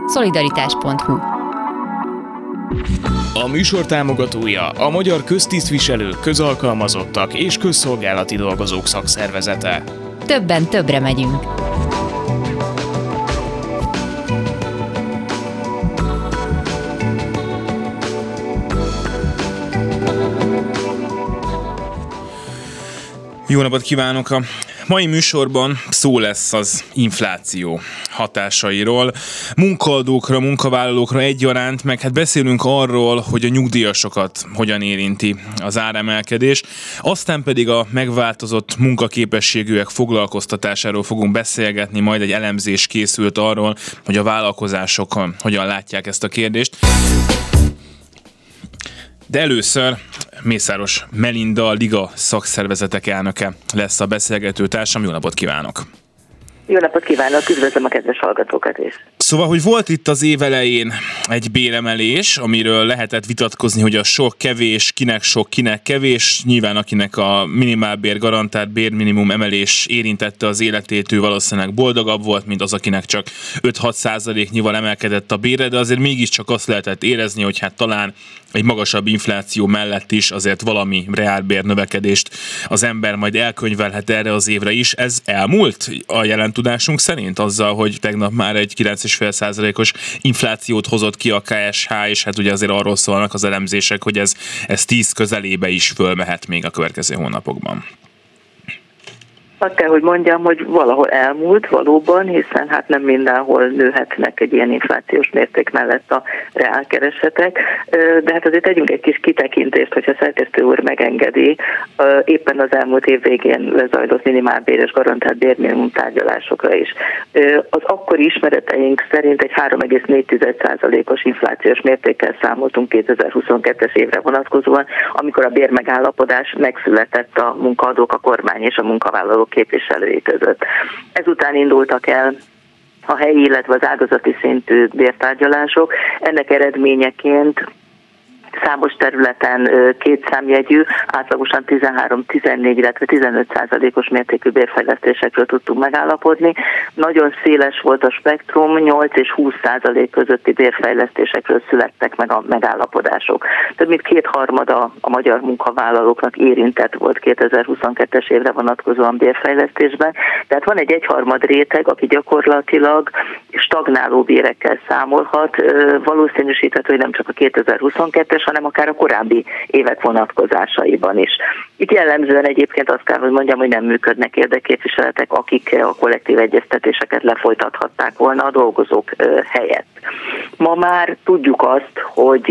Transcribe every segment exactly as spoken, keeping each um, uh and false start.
szolidaritás pont hu. A műsor támogatója a Magyar Köztisztviselők, Közalkalmazottak és Közszolgálati Dolgozók Szakszervezete. Többen többre megyünk. Jó napot kívánok! A mai műsorban szó lesz az infláció hatásairól, munkaadókra, munkavállalókra egyaránt, meg hát beszélünk arról, hogy a nyugdíjasokat hogyan érinti az áremelkedés, aztán pedig a megváltozott munkaképességűek foglalkoztatásáról fogunk beszélgetni, majd egy elemzés készült arról, hogy a vállalkozások hogyan látják ezt a kérdést. De először Mészáros Melinda, a Liga szakszervezetek elnöke lesz a beszélgető társam. Jó napot kívánok! Jó napot kívánok, üdvözlöm a kedves hallgatókat is! Szóval, hogy volt itt az év elején egy béremelés, amiről lehetett vitatkozni, hogy a sok, kevés, kinek sok, kinek kevés. Nyilván akinek a minimálbér, garantált bérminimum emelés érintette az életét, ő valószínűleg boldogabb volt, mint az, akinek csak öt-hat százaléknyival emelkedett a bére, de azért mégiscsak azt lehetett érezni, hogy hát talán egy magasabb infláció mellett is azért valami reálbér növekedést az ember majd elkönyvelhet erre az évre is. Ez elmúlt a jelen tudásunk szerint azzal, hogy tegnap már egy kilenc egész öt százalékos inflációt hozott ki a ká es há, és hát ugye azért arról szólnak az elemzések, hogy ez, ez tíz közelébe is fölmehet még a következő hónapokban. Azt kell, hogy mondjam, hogy valahol elmúlt valóban, hiszen hát nem mindenhol nőhetnek egy ilyen inflációs mérték mellett a reálkeresetek, de hát azért tegyünk egy kis kitekintést, hogyha szerkesztő úr megengedi, éppen az elmúlt év végén lezajlott minimálbér és garantált bérminimum tárgyalásokra is. Az akkori ismereteink szerint egy három egész négy százalékos inflációs mértékkel számoltunk kétezer-huszonkettes évre vonatkozóan, amikor a bérmegállapodás megszületett a munkaadók, a kormány és a munkavállalók képviselői között. Ezután indultak el a helyi, illetve az ágazati szintű bértárgyalások. Ennek eredményeként számos területen kétszámjegyű, átlagosan tizenhárom-tizennégy, illetve tizenöt százalékos mértékű bérfejlesztésekről tudtunk megállapodni. Nagyon széles volt a spektrum, nyolc és húsz százalék közötti bérfejlesztésekről születtek meg a megállapodások. Több mint kétharmada a magyar munkavállalóknak érintett volt kétezer-huszonkettes évre vonatkozóan bérfejlesztésben. Tehát van egy egyharmad réteg, aki gyakorlatilag stagnáló bérekkel számolhat, valószínűsíthető, hogy nem csak a kétezer-huszonkettes, hanem akár a korábbi évek vonatkozásaiban is. Itt jellemzően egyébként azt kell, hogy mondjam, hogy nem működnek érdekképviseletek, akik a kollektív egyeztetéseket lefolytathatták volna a dolgozók helyett. Ma már tudjuk azt, hogy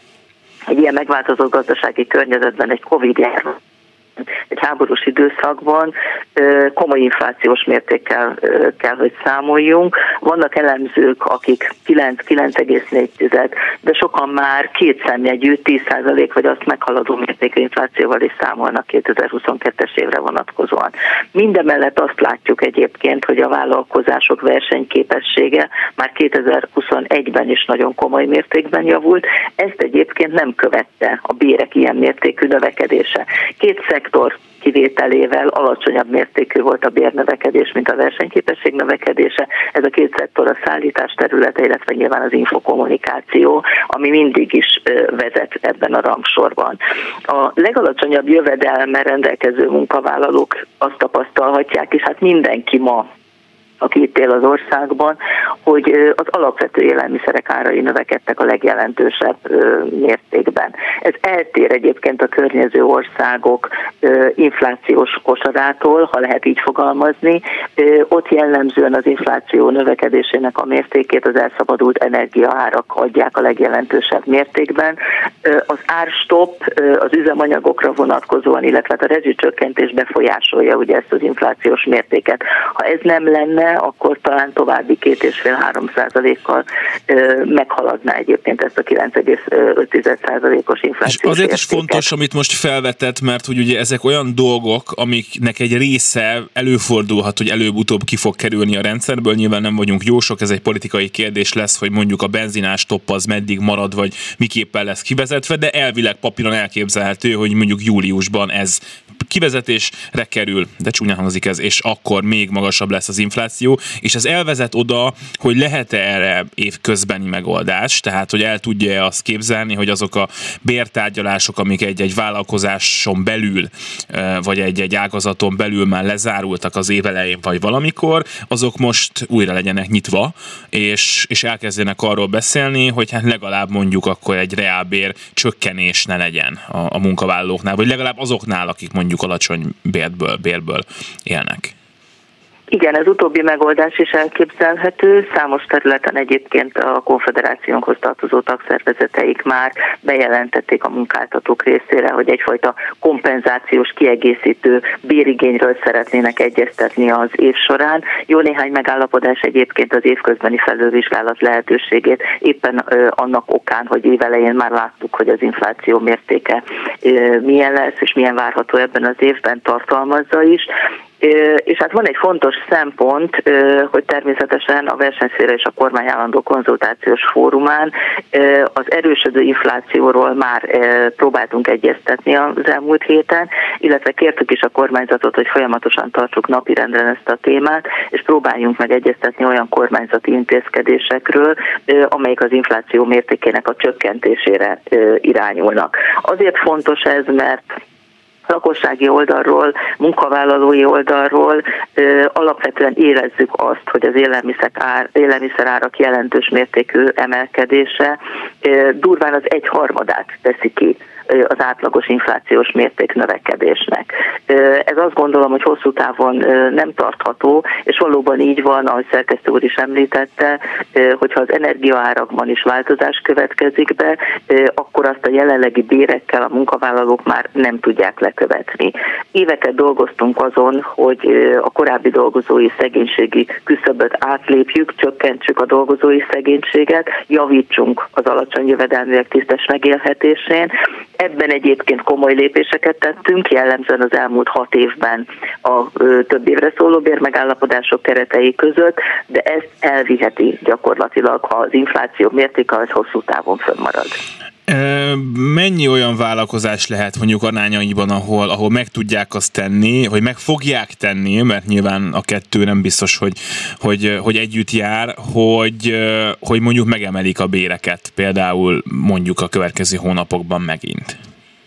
egy ilyen megváltozott gazdasági környezetben, egy Covid járvány, egy háborús időszakban komoly inflációs mértékkel kell, hogy számoljunk. Vannak elemzők, akik kilenc-kilenc egész négy, de sokan már kétszámjegyű, tíz százalék vagy azt meghaladó mértékű inflációval is számolnak kétezer-huszonkettes évre vonatkozóan. Mindemellett azt látjuk egyébként, hogy a vállalkozások versenyképessége már kétezer-huszonegyben is nagyon komoly mértékben javult. Ezt egyébként nem követte a bérek ilyen mértékű növekedése. Két szektor kivételével alacsonyabb mértékű volt a bérnövekedés, mint a versenyképesség növekedése. Ez a két szektor a szállítás területe, illetve nyilván az infokommunikáció, ami mindig is vezet ebben a rangsorban. A legalacsonyabb jövedelemmel rendelkező munkavállalók azt tapasztalhatják, és hát mindenki ma, aki itt él az országban, hogy az alapvető élelmiszerek árai növekedtek a legjelentősebb mértékben. Ez eltér egyébként a környező országok inflációs kosarától, ha lehet így fogalmazni. Ott jellemzően az infláció növekedésének a mértékét az elszabadult energiaárak adják a legjelentősebb mértékben. Az árstopp az üzemanyagokra vonatkozóan, illetve a rezsicsökkentés befolyásolja ugye ezt az inflációs mértéket. Ha ez nem lenne, akkor talán további két és fél-három százalékkal meghaladná egyébként ezt a kilenc egész öt százalékos inflációs És azért értéket. is fontos, amit most felvetett, mert hogy ugye ezek olyan dolgok, amiknek egy része előfordulhat, hogy előbb-utóbb ki fog kerülni a rendszerből. Nyilván nem vagyunk jósok, ez egy politikai kérdés lesz, hogy mondjuk a benzinás topp az meddig marad, vagy miképpen lesz kivezetve, de elvileg papíron elképzelhető, hogy mondjuk júliusban ez kivezetésre kerül, de csúnyán hangzik ez, és akkor még magasabb lesz az infláció, és ez elvezet oda, hogy lehet-e erre évközbeni megoldás, tehát hogy el tudja azt képzelni, hogy azok a bértárgyalások, amik egy-egy vállalkozáson belül, vagy egy-egy ágazaton belül már lezárultak az év elején, vagy valamikor, azok most újra legyenek nyitva, és, és elkezdenek arról beszélni, hogy hát legalább mondjuk akkor egy reálbér csökkenés ne legyen a, a munkavállalóknál, vagy legalább azoknál, akik mondjuk alacsony bérből, bérből élnek. Igen, ez utóbbi megoldás is elképzelhető. Számos területen egyébként a konfederációnkhoz tartozó tagszervezeteik már bejelentették a munkáltatók részére, hogy egyfajta kompenzációs kiegészítő bérigényről szeretnének egyeztetni az év során. Jó néhány megállapodás egyébként az évközbeni felülvizsgálat lehetőségét éppen annak okán, hogy évelején már láttuk, hogy az infláció mértéke milyen lesz, és milyen várható ebben az évben tartalmazza is. És hát van egy fontos szempont, hogy természetesen a versenyszféra és a kormány állandó konzultációs fórumán az erősödő inflációról már próbáltunk egyeztetni az elmúlt héten, illetve kértük is a kormányzatot, hogy folyamatosan tartsuk napirenden ezt a témát, és próbáljunk meg egyeztetni olyan kormányzati intézkedésekről, amelyek az infláció mértékének a csökkentésére irányulnak. Azért fontos ez, mert lakossági oldalról, munkavállalói oldalról ö, alapvetően érezzük azt, hogy az élelmiszer élelmiszerárak jelentős mértékű emelkedése ö, durván az egyharmadát teszi ki az átlagos inflációs mérték növekedésnek. Ez azt gondolom, hogy hosszú távon nem tartható, és valóban így van, ahogy szerkesztő úr is említette, hogyha az energiaárakban is változás következik be, akkor azt a jelenlegi bérekkel a munkavállalók már nem tudják lekövetni. Éveket dolgoztunk azon, hogy a korábbi dolgozói szegénységi küszöböt átlépjük, csökkentsük a dolgozói szegénységet, javítsunk az alacsony jövedelműek tisztes megélhetésén. Ebben egyébként komoly lépéseket tettünk, jellemzően az elmúlt hat évben a ö, több évre szóló bérmegállapodások keretei között, de ezt elviheti gyakorlatilag, ha az infláció mértéke az hosszú távon fönnmarad. Mennyi olyan vállalkozás lehet mondjuk arányaiban, ahol, ahol meg tudják azt tenni, hogy meg fogják tenni, mert nyilván a kettő nem biztos, hogy, hogy, hogy együtt jár, hogy, hogy mondjuk megemelik a béreket, például mondjuk a következő hónapokban megint?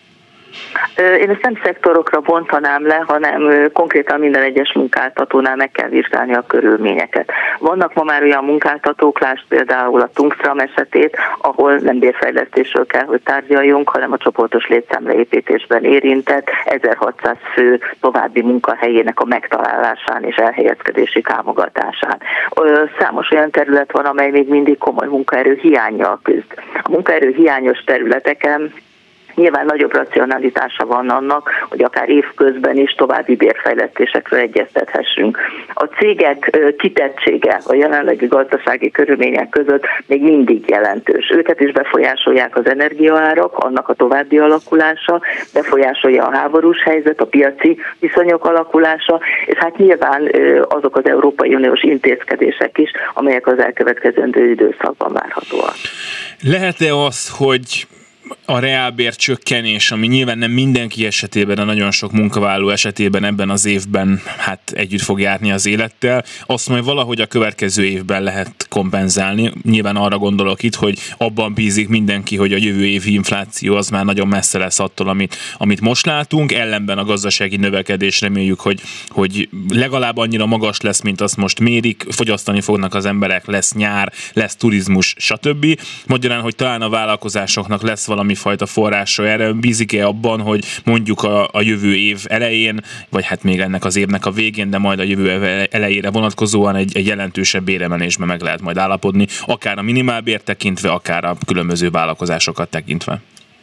Én ezt nem szektorokra bontanám le, hanem konkrétan minden egyes munkáltatónál meg kell vizsgálni a körülményeket. Vannak ma már olyan munkáltatók, lásd például a Tungstram esetét, ahol nem bérfejlesztésről kell, hogy tárgyaljunk, hanem a csoportos létszámleépítésben érintett ezerhatszáz fő további munkahelyének a megtalálásán és elhelyezkedési támogatásán. Számos olyan terület van, amely még mindig komoly munkaerő hiánnyal küzd. A munkaerő hiányos területeken nyilván nagyobb racionalitása van annak, hogy akár évközben is további bérfejlesztésekről egyeztethessünk. A cégek kitettsége a jelenlegi gazdasági körülmények között még mindig jelentős. Őket is befolyásolják az energiaárak, annak a további alakulása, befolyásolja a háborús helyzet, a piaci viszonyok alakulása, és hát nyilván azok az Európai Uniós intézkedések is, amelyek az elkövetkezendő időszakban várhatóak. Lehet-e az, hogy a reálbér csökkenés, ami nyilván nem mindenki esetében, de nagyon sok munkavállaló esetében ebben az évben hát együtt fog járni az élettel, azt majd valahogy a következő évben lehet kompenzálni. Nyilván arra gondolok itt, hogy abban bízik mindenki, hogy a jövő évi infláció az már nagyon messze lesz attól, amit, amit most látunk. Ellenben a gazdasági növekedés reméljük, hogy, hogy legalább annyira magas lesz, mint azt most mérik, fogyasztani fognak az emberek, lesz nyár, lesz turizmus, stb. Magyarán, hogy talán a vállalkozásoknak lesz valami fajta forrása erre, bízik-e abban, hogy mondjuk a, a jövő év elején, vagy hát még ennek az évnek a végén, de majd a jövő év elejére vonatkozóan egy, egy jelentősebb béremelésbe meg lehet majd állapodni, akár a minimálbért tekintve, akár a különböző vállalkozásokat tekintve?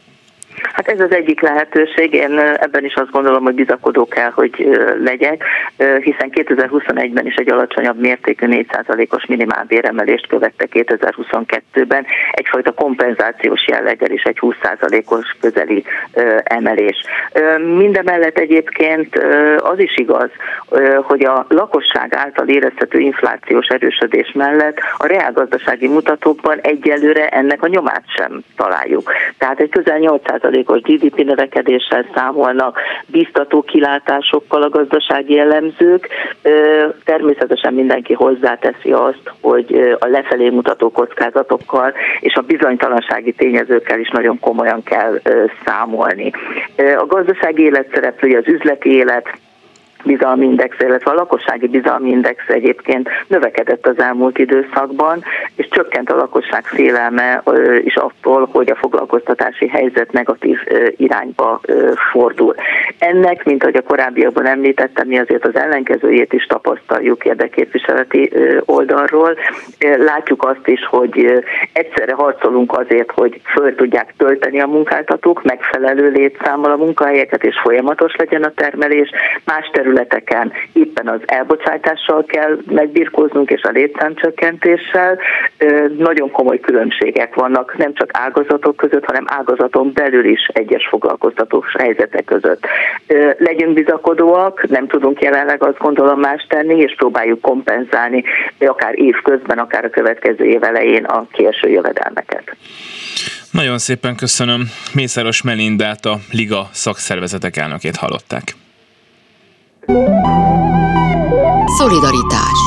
Hát ez az egyik lehetőség, én ebben is azt gondolom, hogy bizakodó kell, hogy legyek, hiszen kétezer-huszonegyben is egy alacsonyabb mértékű négy százalékos minimálbéremelést követte kétezer-huszonkettőben, egyfajta kompenzációs jelleggel is egy húsz százalékos közeli emelés. Mindemellett egyébként az is igaz, hogy a lakosság által érezhető inflációs erősödés mellett a reálgazdasági mutatókban egyelőre ennek a nyomát sem találjuk. Tehát egy közel nyolc százalékos százalékos gé dé pé növekedéssel számolnak, biztató kilátásokkal a gazdasági elemzők. Természetesen mindenki hozzáteszi azt, hogy a lefelé mutató kockázatokkal és a bizonytalansági tényezőkkel is nagyon komolyan kell számolni. A gazdasági élet szereplője, az üzleti élet bizalmi index, illetve a lakossági bizalmi index egyébként növekedett az elmúlt időszakban, és csökkent a lakosság félelme is attól, hogy a foglalkoztatási helyzet negatív irányba fordul. Ennek, mint ahogy a korábbiakban említettem, mi azért az ellenkezőjét is tapasztaljuk érdekképviseleti oldalról. Látjuk azt is, hogy egyszerre harcolunk azért, hogy föl tudják tölteni a munkáltatók megfelelő létszámmal a munkahelyeket, és folyamatos legyen a termelés. Más területeken éppen az elbocsátással kell megbirkóznunk, és a létszámcsökkentéssel. Nagyon komoly különbségek vannak, nem csak ágazatok között, hanem ágazaton belül is egyes foglalkoztatós helyzetek között. Legyünk bizakodóak, nem tudunk jelenleg azt gondolom más tenni, és próbáljuk kompenzálni akár év közben, akár a következő év elején a kieső jövedelmeket. Nagyon szépen köszönöm. Mészáros Melindát, a Liga szakszervezetek elnökét hallották. Szolidaritás.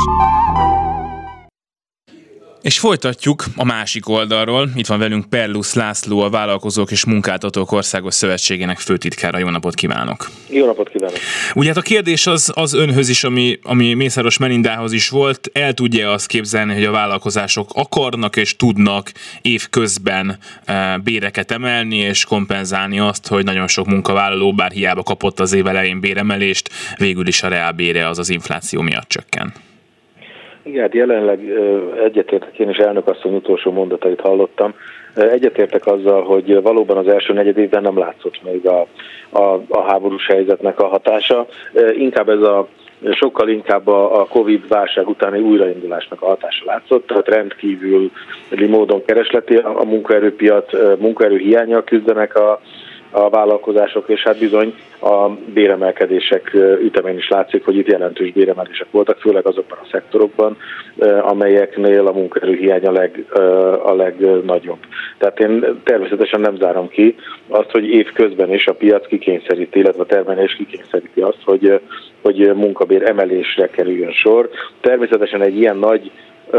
És folytatjuk a másik oldalról. Itt van velünk Perlusz László, a Vállalkozók és Munkáltatók Országos Szövetségének főtitkára. Jó napot kívánok! Jó napot kívánok! Ugye hát a kérdés az, az önhöz is, ami, ami Mészáros Melindához is volt. El tudja azt képzelni, hogy a vállalkozások akarnak és tudnak évközben e, béreket emelni és kompenzálni azt, hogy nagyon sok munkavállaló, bár hiába kapott az év elején béremelést, végül is a reálbére az az infláció miatt csökken. Igen, hát jelenleg egyetértek, én is elnökasszony utolsó mondatait hallottam. Egyetértek azzal, hogy valóban az első negyed évben nem látszott még a, a, a háborús helyzetnek a hatása. Inkább ez a sokkal inkább a, a Covid válság utáni újraindulásnak a hatása látszott, tehát rendkívül módon keresleti a munkaerőpiac, munkaerő hiánnyal küzdenek a a vállalkozások, és hát bizony a béremelkedések ütemén is látszik, hogy itt jelentős béremelések voltak, főleg azokban a szektorokban, amelyeknél a munkaerőhiány a, leg, a legnagyobb. Tehát én természetesen nem zárom ki azt, hogy évközben is a piac kikényszeríti, illetve a termelés kikényszeríti azt, hogy, hogy munkabér emelésre kerüljön sor. Természetesen egy ilyen nagy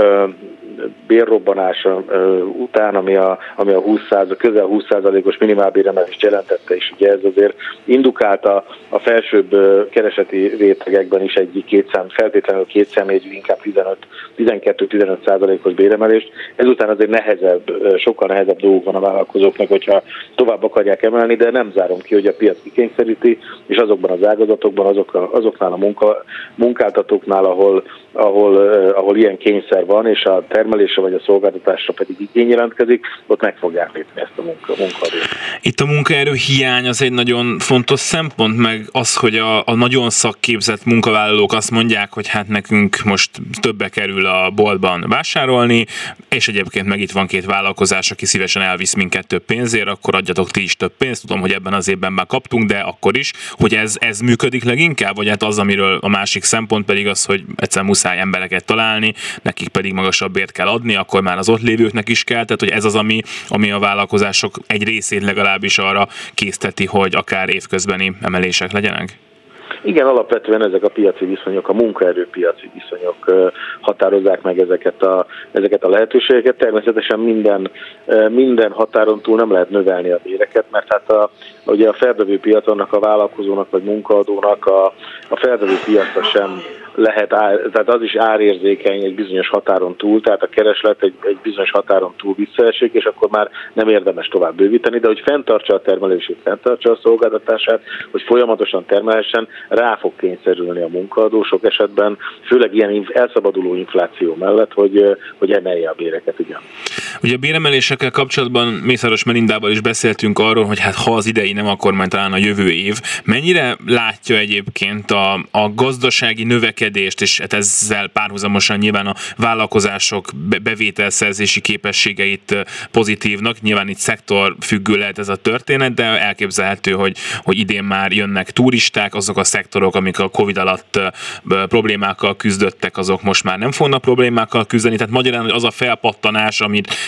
bérrobbanása után, ami a, ami a húsz százalék, közel húsz százalékos minimálbéremelést jelentette, és ugye ez azért indukálta a felsőbb kereseti rétegekben is egy kétszám, feltétlenül kétszámjegyű, inkább tizenkettő-tizenöt százalékos béremelést. Ezután azért nehezebb, sokkal nehezebb dolgok van a vállalkozóknak, hogyha tovább akarják emelni, de nem zárom ki, hogy a piac kikényszeríti, és azokban az ágazatokban, azok, azoknál a munka, munkáltatóknál, ahol, ahol, ahol ilyen kényszer van, és a termelésre vagy a szolgáltatásra pedig igény jelentkezik, ott meg fogják lépni ezt a munka, munkaadót. Itt a munkaerő hiány az egy nagyon fontos szempont, meg az, hogy a, a nagyon szakképzett munkavállalók azt mondják, hogy hát nekünk most többe kerül a boltban vásárolni, és egyébként meg itt van két vállalkozás, aki szívesen elvisz minket több pénzért, akkor adjatok ti is több pénzt. Tudom, hogy ebben az évben már kaptunk, de akkor is, hogy ez, ez működik leginkább, vagy hát az, amiről a másik szempont pedig az, hogy egyszer muszáj embereket találni, nekik pedig magasabb bért kell adni, akkor már az ott lévőknek is kell, tehát hogy ez az, ami, ami a vállalkozások egy részét legalábbis arra készteti, hogy akár évközbeni emelések legyenek? Igen, alapvetően ezek a piaci viszonyok, a munkaerőpiaci viszonyok határozzák meg ezeket a, ezeket a lehetőségeket. Természetesen minden, minden határon túl nem lehet növelni a béreket, mert hát a, ugye a felvevő piaconnak, a vállalkozónak vagy munkaadónak a, a felvevő piacra sem lehet, ár, tehát az is árérzékeny egy bizonyos határon túl, tehát a kereslet egy, egy bizonyos határon túl visszaesik, és akkor már nem érdemes tovább bővíteni, de hogy fenntartsa a termelését, fenntartsa a szolgáltatását, hogy folyamatosan termelhessen, rá fog kényszerülni a munkaadó sok esetben, főleg ilyen elszabaduló infláció mellett, hogy, hogy emelje a béreket, igen. Ugye a béremelésekkel kapcsolatban Mészáros Melindával is beszéltünk arról, hogy hát ha az idei nem, akkor majd talán a jövő év. Mennyire látja egyébként a, a gazdasági növekedést, és hát ezzel párhuzamosan nyilván a vállalkozások bevételszerzési képességeit pozitívnak, nyilván itt szektor függő lehet ez a történet, de elképzelhető, hogy, hogy idén már jönnek turisták, azok a szektorok, amik a Covid alatt problémákkal küzdöttek, azok most már nem fognak problémákkal küzdeni, tehát magyarán, hogy az a felpattanás, amit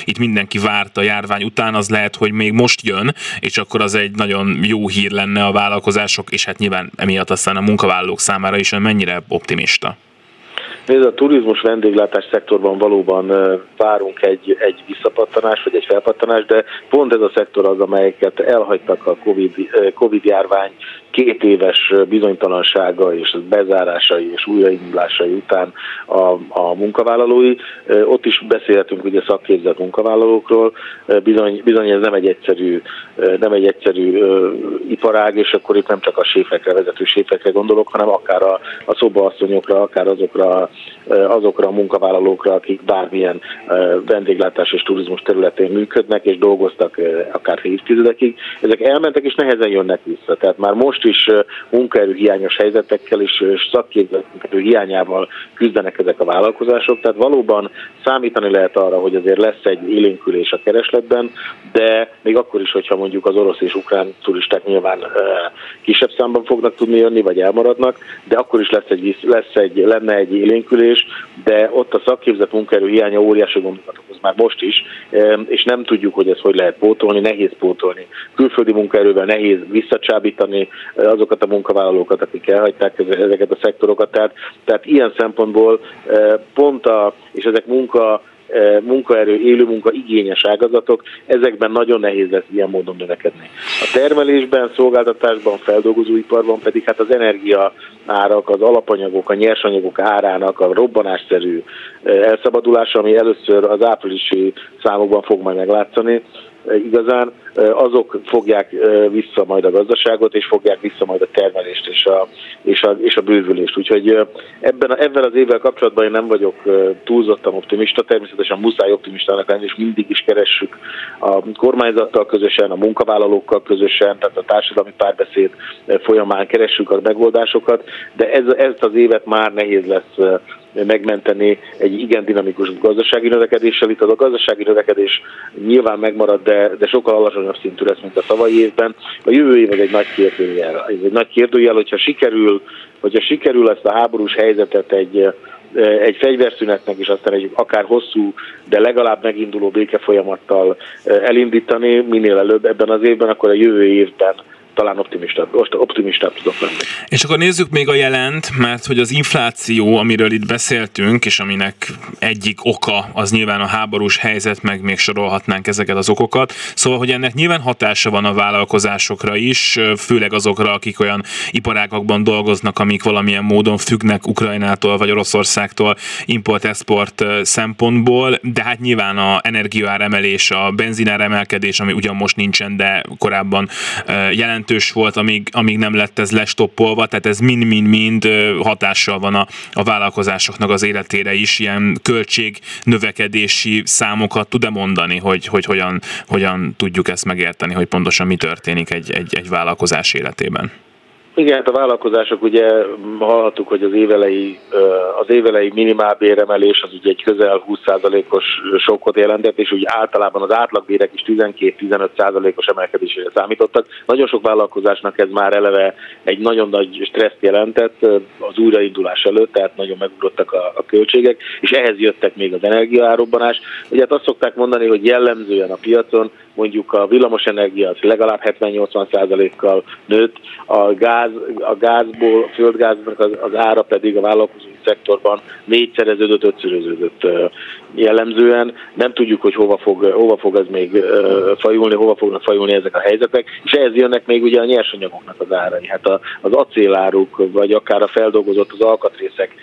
itt mindenki várt a járvány után, az lehet, hogy még most jön, és akkor az egy nagyon jó hír lenne a vállalkozások, és hát nyilván emiatt aztán a munkavállalók számára is, mennyire optimista? Nézd, a turizmus vendéglátás szektorban valóban várunk egy, egy visszapattanást, vagy egy felpattanást, de pont ez a szektor az, amelyeket elhagytak a COVID, COVID járvány két éves bizonytalansága és bezárásai és újraindulásai után a, a munkavállalói. Ott is beszélhetünk ugye szakképzett munkavállalókról, bizony, bizony ez nem egy egyszerű, nem egy egyszerű iparág, és akkor itt nem csak a séfekre, vezető séfekre gondolok, hanem akár a, a szobaasszonyokra, akár azokra, azokra a munkavállalókra, akik bármilyen vendéglátás és turizmus területén működnek és dolgoztak akár évtizedekig. Ezek elmentek és nehezen jönnek vissza. Tehát már most is munkaerőhiányos helyzetekkel és szakképzett munkaerő hiányával küzdenek ezek a vállalkozások. Tehát valóban számítani lehet arra, hogy azért lesz egy élénkülés a keresletben, de még akkor is, hogyha mondjuk az orosz és ukrán turisták nyilván kisebb számban fognak tudni jönni, vagy elmaradnak, de akkor is lesz egy, lesz egy, lenne egy élénkülés, de ott a szakképzett munkaerő hiánya óriási gondokat okoz már most is, és nem tudjuk, hogy ezt hogy lehet pótolni, nehéz pótolni. Külföldi munkaerővel nehéz visszacsábítani azokat a munkavállalókat, akik elhagyták ezeket a szektorokat. Tehát, tehát ilyen szempontból pont a, és ezek munka munkaerő, élő munka igényes ágazatok, ezekben nagyon nehéz lesz ilyen módon növekedni. A termelésben, szolgáltatásban, feldolgozóiparban pedig hát az energia árak, az alapanyagok, a nyersanyagok árának a robbanásszerű elszabadulása, ami először az áprilisi számokban fog majd meglátszani, igazán azok fogják vissza majd a gazdaságot, és fogják vissza majd a termelést és a, és a, és a bővülést. Úgyhogy ebben a, ebben az évvel kapcsolatban én nem vagyok túlzottan optimista, természetesen muszáj optimistának lenni, és mindig is keressük a kormányzattal közösen, a munkavállalókkal közösen, tehát a társadalmi párbeszéd folyamán keressük a megoldásokat, de ez, ezt az évet már nehéz lesz megmenteni egy igen dinamikus gazdasági növekedéssel. Itt az a gazdasági növekedés nyilván megmarad, de, de sokkal alacsonyabb szintű lesz, mint a tavalyi évben. A jövő év az egy nagy kérdőjel. Ez egy nagy kérdőjel, hogyha sikerül, hogyha sikerül ezt a háborús helyzetet egy, egy fegyverszünetnek és aztán egy akár hosszú, de legalább meginduló békefolyamattal elindítani minél előbb ebben az évben, akkor a jövő évben talán optimistább, optimistább tudok lenni. És akkor nézzük még a jelent, mert hogy az infláció, amiről itt beszéltünk, és aminek egyik oka az nyilván a háborús helyzet, meg még sorolhatnánk ezeket az okokat. Szóval, hogy ennek nyilván hatása van a vállalkozásokra is, főleg azokra, akik olyan iparágakban dolgoznak, amik valamilyen módon függnek Ukrajnától vagy Oroszországtól import-export szempontból, de hát nyilván a energiaár emelés, a benzinár emelkedés, ami ugyan most nincsen, de korábban jelent volt, amíg, amíg nem lett ez lestoppolva, tehát ez mind-mind-mind hatással van a, a vállalkozásoknak az életére is, ilyen költségnövekedési számokat tud-e mondani, hogy, hogy hogyan, hogyan tudjuk ezt megérteni, hogy pontosan mi történik egy, egy, egy vállalkozás életében? Igen, hát a vállalkozások ugye hallhattuk, hogy az évelei, az évelei minimálbéremelés az ugye egy közel húsz százalékos sokkot jelentett, és úgy általában az átlagbérek is tizenkét-tizenöt százalékos emelkedésére számítottak. Nagyon sok vállalkozásnak ez már eleve egy nagyon nagy stresszt jelentett az újraindulás előtt, tehát nagyon megugrottak a, a költségek, és ehhez jöttek még az energiaárobbanás. Ugye hát azt szokták mondani, hogy jellemzően a piacon mondjuk a villamosenergia az legalább hetven-nyolcvan százalékkal nőtt, a gáz, a gázból, a földgáznak az, az ára pedig a vállalkozói szektorban négyszereződött, ötszöröződött jellemzően. Nem tudjuk, hogy hova fog, hova fog ez még fajulni, hova fognak fajulni ezek a helyzetek, és ehhez jönnek még ugye a nyersanyagoknak az árai. Hát a, az acéláruk, vagy akár a feldolgozott az alkatrészek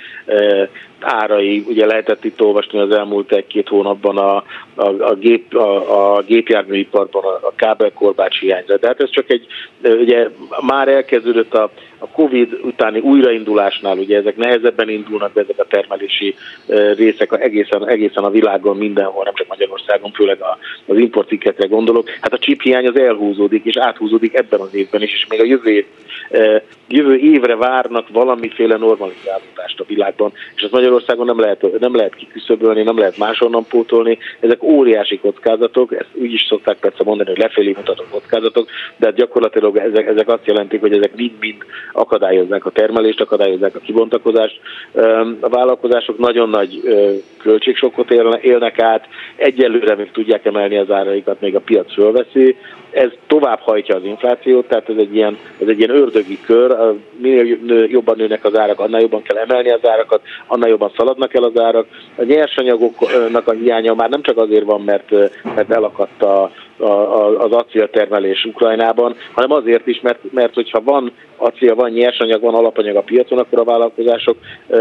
árai, ugye lehetett itt olvasni az elmúlt egy-két hónapban a, a, a, gép, a, a gépjárműiparban a, a kábelkorbács hiányra. De hát ez csak egy, ugye már elkezdődött a, a Covid utáni újraindulásnál, ugye ezek nehezebben indulnak be, ezek a termelési részek egészen, egészen a világon, mindenhol, nem csak Magyarországon, főleg a, az importcikkekre gondolok. Hát a chip hiány az elhúzódik, és áthúzódik ebben az évben is, és még a jövő, jövő évre várnak valamiféle normalizálódást a világ világban, és ezt Magyarországon nem lehet, nem lehet kiküszöbölni, nem lehet máshonnan pótolni. Ezek óriási kockázatok, ezt úgy is szokták persze mondani, hogy lefelé mutató kockázatok, de gyakorlatilag ezek, ezek azt jelentik, hogy ezek mind-mind akadályozzák a termelést, akadályozzák a kibontakozást. A vállalkozások nagyon nagy költségsokkot élnek át, egyelőre még tudják emelni az áraikat, még a piac fölveszi. Ez tovább hajtja az inflációt, tehát ez egy ilyen, ez egy ilyen ördögi kör. Minél jobban nőnek az árak, annál jobban kell emelni az árakat, annál jobban szaladnak el az árak. A nyersanyagoknak a hiánya már nem csak azért van, mert, mert elakadt a az acéltermelés Ukrajnában, hanem azért is, mert, mert hogyha van acél, van nyersanyag, van alapanyag a piacon, akkor a vállalkozások,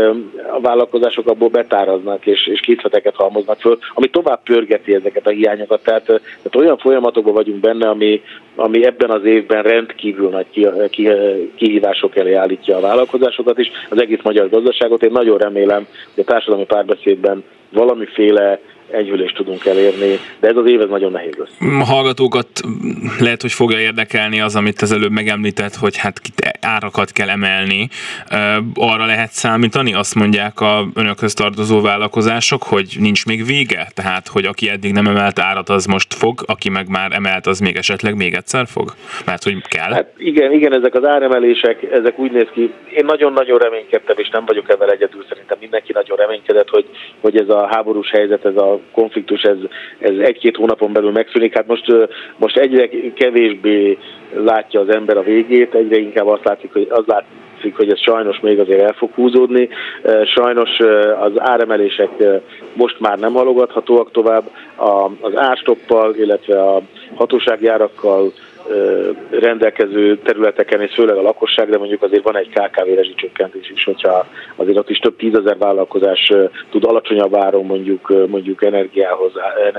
a vállalkozások abból betáraznak és, és készleteket halmoznak föl, ami tovább pörgeti ezeket a hiányokat. Tehát, tehát olyan folyamatokban vagyunk benne, ami, ami ebben az évben rendkívül nagy ki, ki, kihívások elé állítja a vállalkozásokat is, az egész magyar gazdaságot. Én nagyon remélem, hogy a társadalmi párbeszédben valamiféle enyhülést tudunk elérni, de ez az év ez nagyon nehéz lesz. A hallgatókat lehet, hogy fogja érdekelni az, amit az előbb megemlített, hogy hát árakat kell emelni. Arra lehet számítani, azt mondják a önökhöz tartozó vállalkozások, hogy nincs még vége? Tehát, hogy aki eddig nem emelt árat, az most fog, aki meg már emelt, az még esetleg még egyszer fog? Mert hogy kell? Hát igen, igen, ezek az áremelések, ezek úgy néz ki. Én nagyon-nagyon reménykedtem, és nem vagyok ebben egyedül, szerintem mindenki nagyon reménykedett, hogy, hogy ez a háborús helyzet, ez a konfliktus, ez, ez egy-két hónapon belül megszűnik. Hát most, most egyre kevésbé látja az ember a végét, egyre inkább azt látszik, hogy, az látszik, hogy ez sajnos még azért el fog húzódni. Sajnos az áremelések most már nem halogathatóak tovább. Az árstoppal, illetve a hatósági árakkal rendelkező területeken, és főleg a lakosság, de mondjuk azért van egy ká ká vé rezsicsökkentés is, hogyha azért ott is több tízezer vállalkozás tud alacsonyabb áron mondjuk, mondjuk energiához,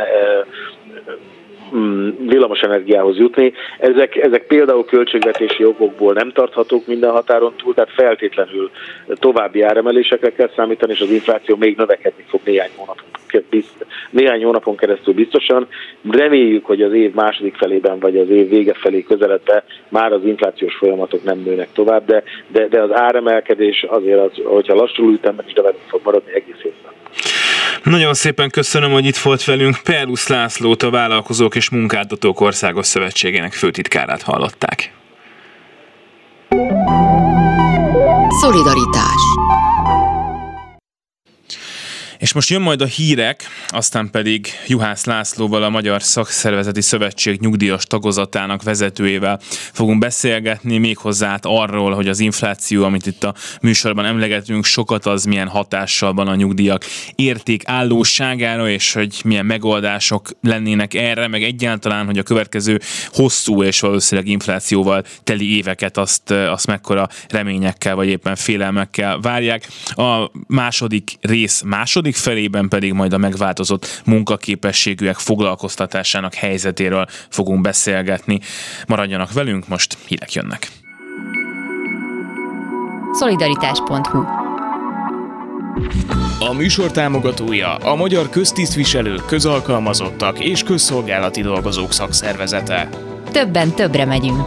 villamos energiához jutni. Ezek, ezek például költségvetési okokból nem tarthatók minden határon túl, tehát feltétlenül további áremelésekre kell számítani, és az infláció még növekedni fog néhány hónapon, néhány hónapon keresztül biztosan. Reméljük, hogy az év második felében, vagy az év vége felé közeledve már az inflációs folyamatok nem nőnek tovább, de, de, de az áremelkedés azért, az, hogyha lassuló ütemben is növekedni fog maradni egész évben. Nagyon szépen köszönöm, hogy itt volt velünk. Perlusz Lászlót, a Vállalkozók és Munkáltatók Országos Szövetségének főtitkárát hallották. Szolidaritás. És most jön majd a hírek, aztán pedig Juhász Lászlóval, a Magyar Szakszervezeti Szövetség nyugdíjas tagozatának vezetőjével fogunk beszélgetni, méghozzá arról, hogy az infláció, amit itt a műsorban emlegetünk, sokat az milyen hatással van a nyugdíjak értékállóságára, és hogy milyen megoldások lennének erre, meg egyáltalán, hogy a következő hosszú és valószínűleg inflációval teli éveket azt, azt mekkora reményekkel, vagy éppen félelmekkel várják. A második rész második felében pedig majd a megváltozott munkaképességűek foglalkoztatásának helyzetéről fogunk beszélgetni. Maradjanak velünk, most hírek jönnek. Szolidaritás pont hu. A műsor támogatója a Magyar Köztisztviselők, Közalkalmazottak és Közszolgálati Dolgozók Szakszervezete. Többen többre megyünk.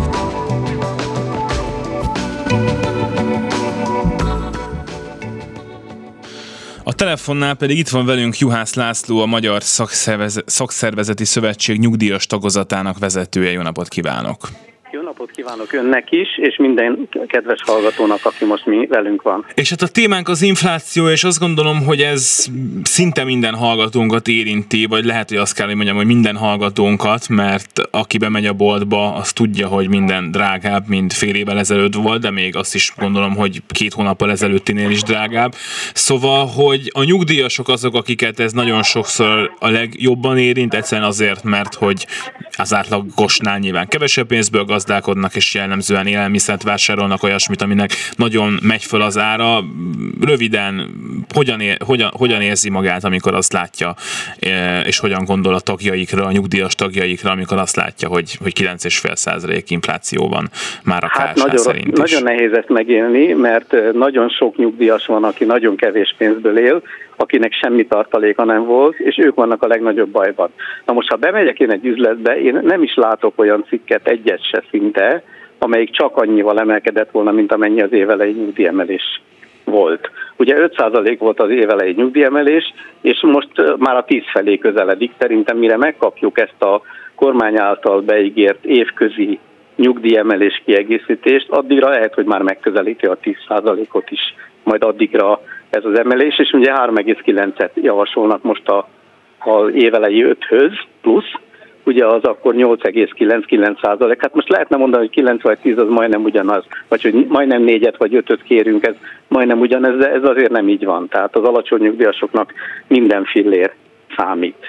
A telefonnál pedig itt van velünk Juhász László, a Magyar Szakszervezeti Szövetség nyugdíjas tagozatának vezetője. Jó napot kívánok! Jó napot kívánok önnek is, és minden kedves hallgatónak, aki most mi velünk van. És hát a témánk az infláció, és azt gondolom, hogy ez szinte minden hallgatónkat érinti, vagy lehet, hogy azt kell, hogy mondjam, hogy minden hallgatónkat, mert aki bemegy a boltba, az tudja, hogy minden drágább, mint fél évvel ezelőtt volt, de még azt is gondolom, hogy két hónappal ezelőttinél is drágább. Szóval, hogy a nyugdíjasok azok, akiket ez nagyon sokszor a legjobban érint, egyszerűen azért, mert hogy az átlagosnál nyilván kevesebb pénzből gazdálkodnak, és jellemzően élelmiszert vásárolnak, olyasmit, aminek nagyon megy föl az ára. Röviden, hogyan, ér, hogyan, hogyan érzi magát, amikor azt látja, és hogyan gondol a tagjaikra, a nyugdíjas tagjaikra, amikor azt látja, hogy, hogy kilenc egész öt százalék infláció van már a hát ká es há nagyon, szerint is. Nagyon nehéz ezt megélni, mert nagyon sok nyugdíjas van, aki nagyon kevés pénzből él, akinek semmi tartaléka nem volt, és ők vannak a legnagyobb bajban. Na most, ha bemegyek én egy üzletbe, én nem is látok olyan cikket, egyet se szinte, amelyik csak annyival emelkedett volna, mint amennyi az évelei nyugdíjemelés volt. Ugye öt százalék volt az évelei nyugdíjemelés, és most már a tíz felé közeledik. Szerintem mire megkapjuk ezt a kormány által beígért évközi nyugdíjemelés kiegészítést, addigra lehet, hogy már megközelíti a tíz százalékot is, majd addigra ez az emelés, és ugye három egész kilencet javasolnak most a, a évelei öthöz plusz, ugye az akkor nyolc egész kilencvenkilenc százalék. Hát most lehetne mondani, hogy kilenc vagy tíz az majdnem ugyanaz, vagy hogy majdnem négyet vagy ötöt kérünk, ez majdnem ugyanez, de ez azért nem így van. Tehát az alacsony nyugdíjasoknak minden fillér számít.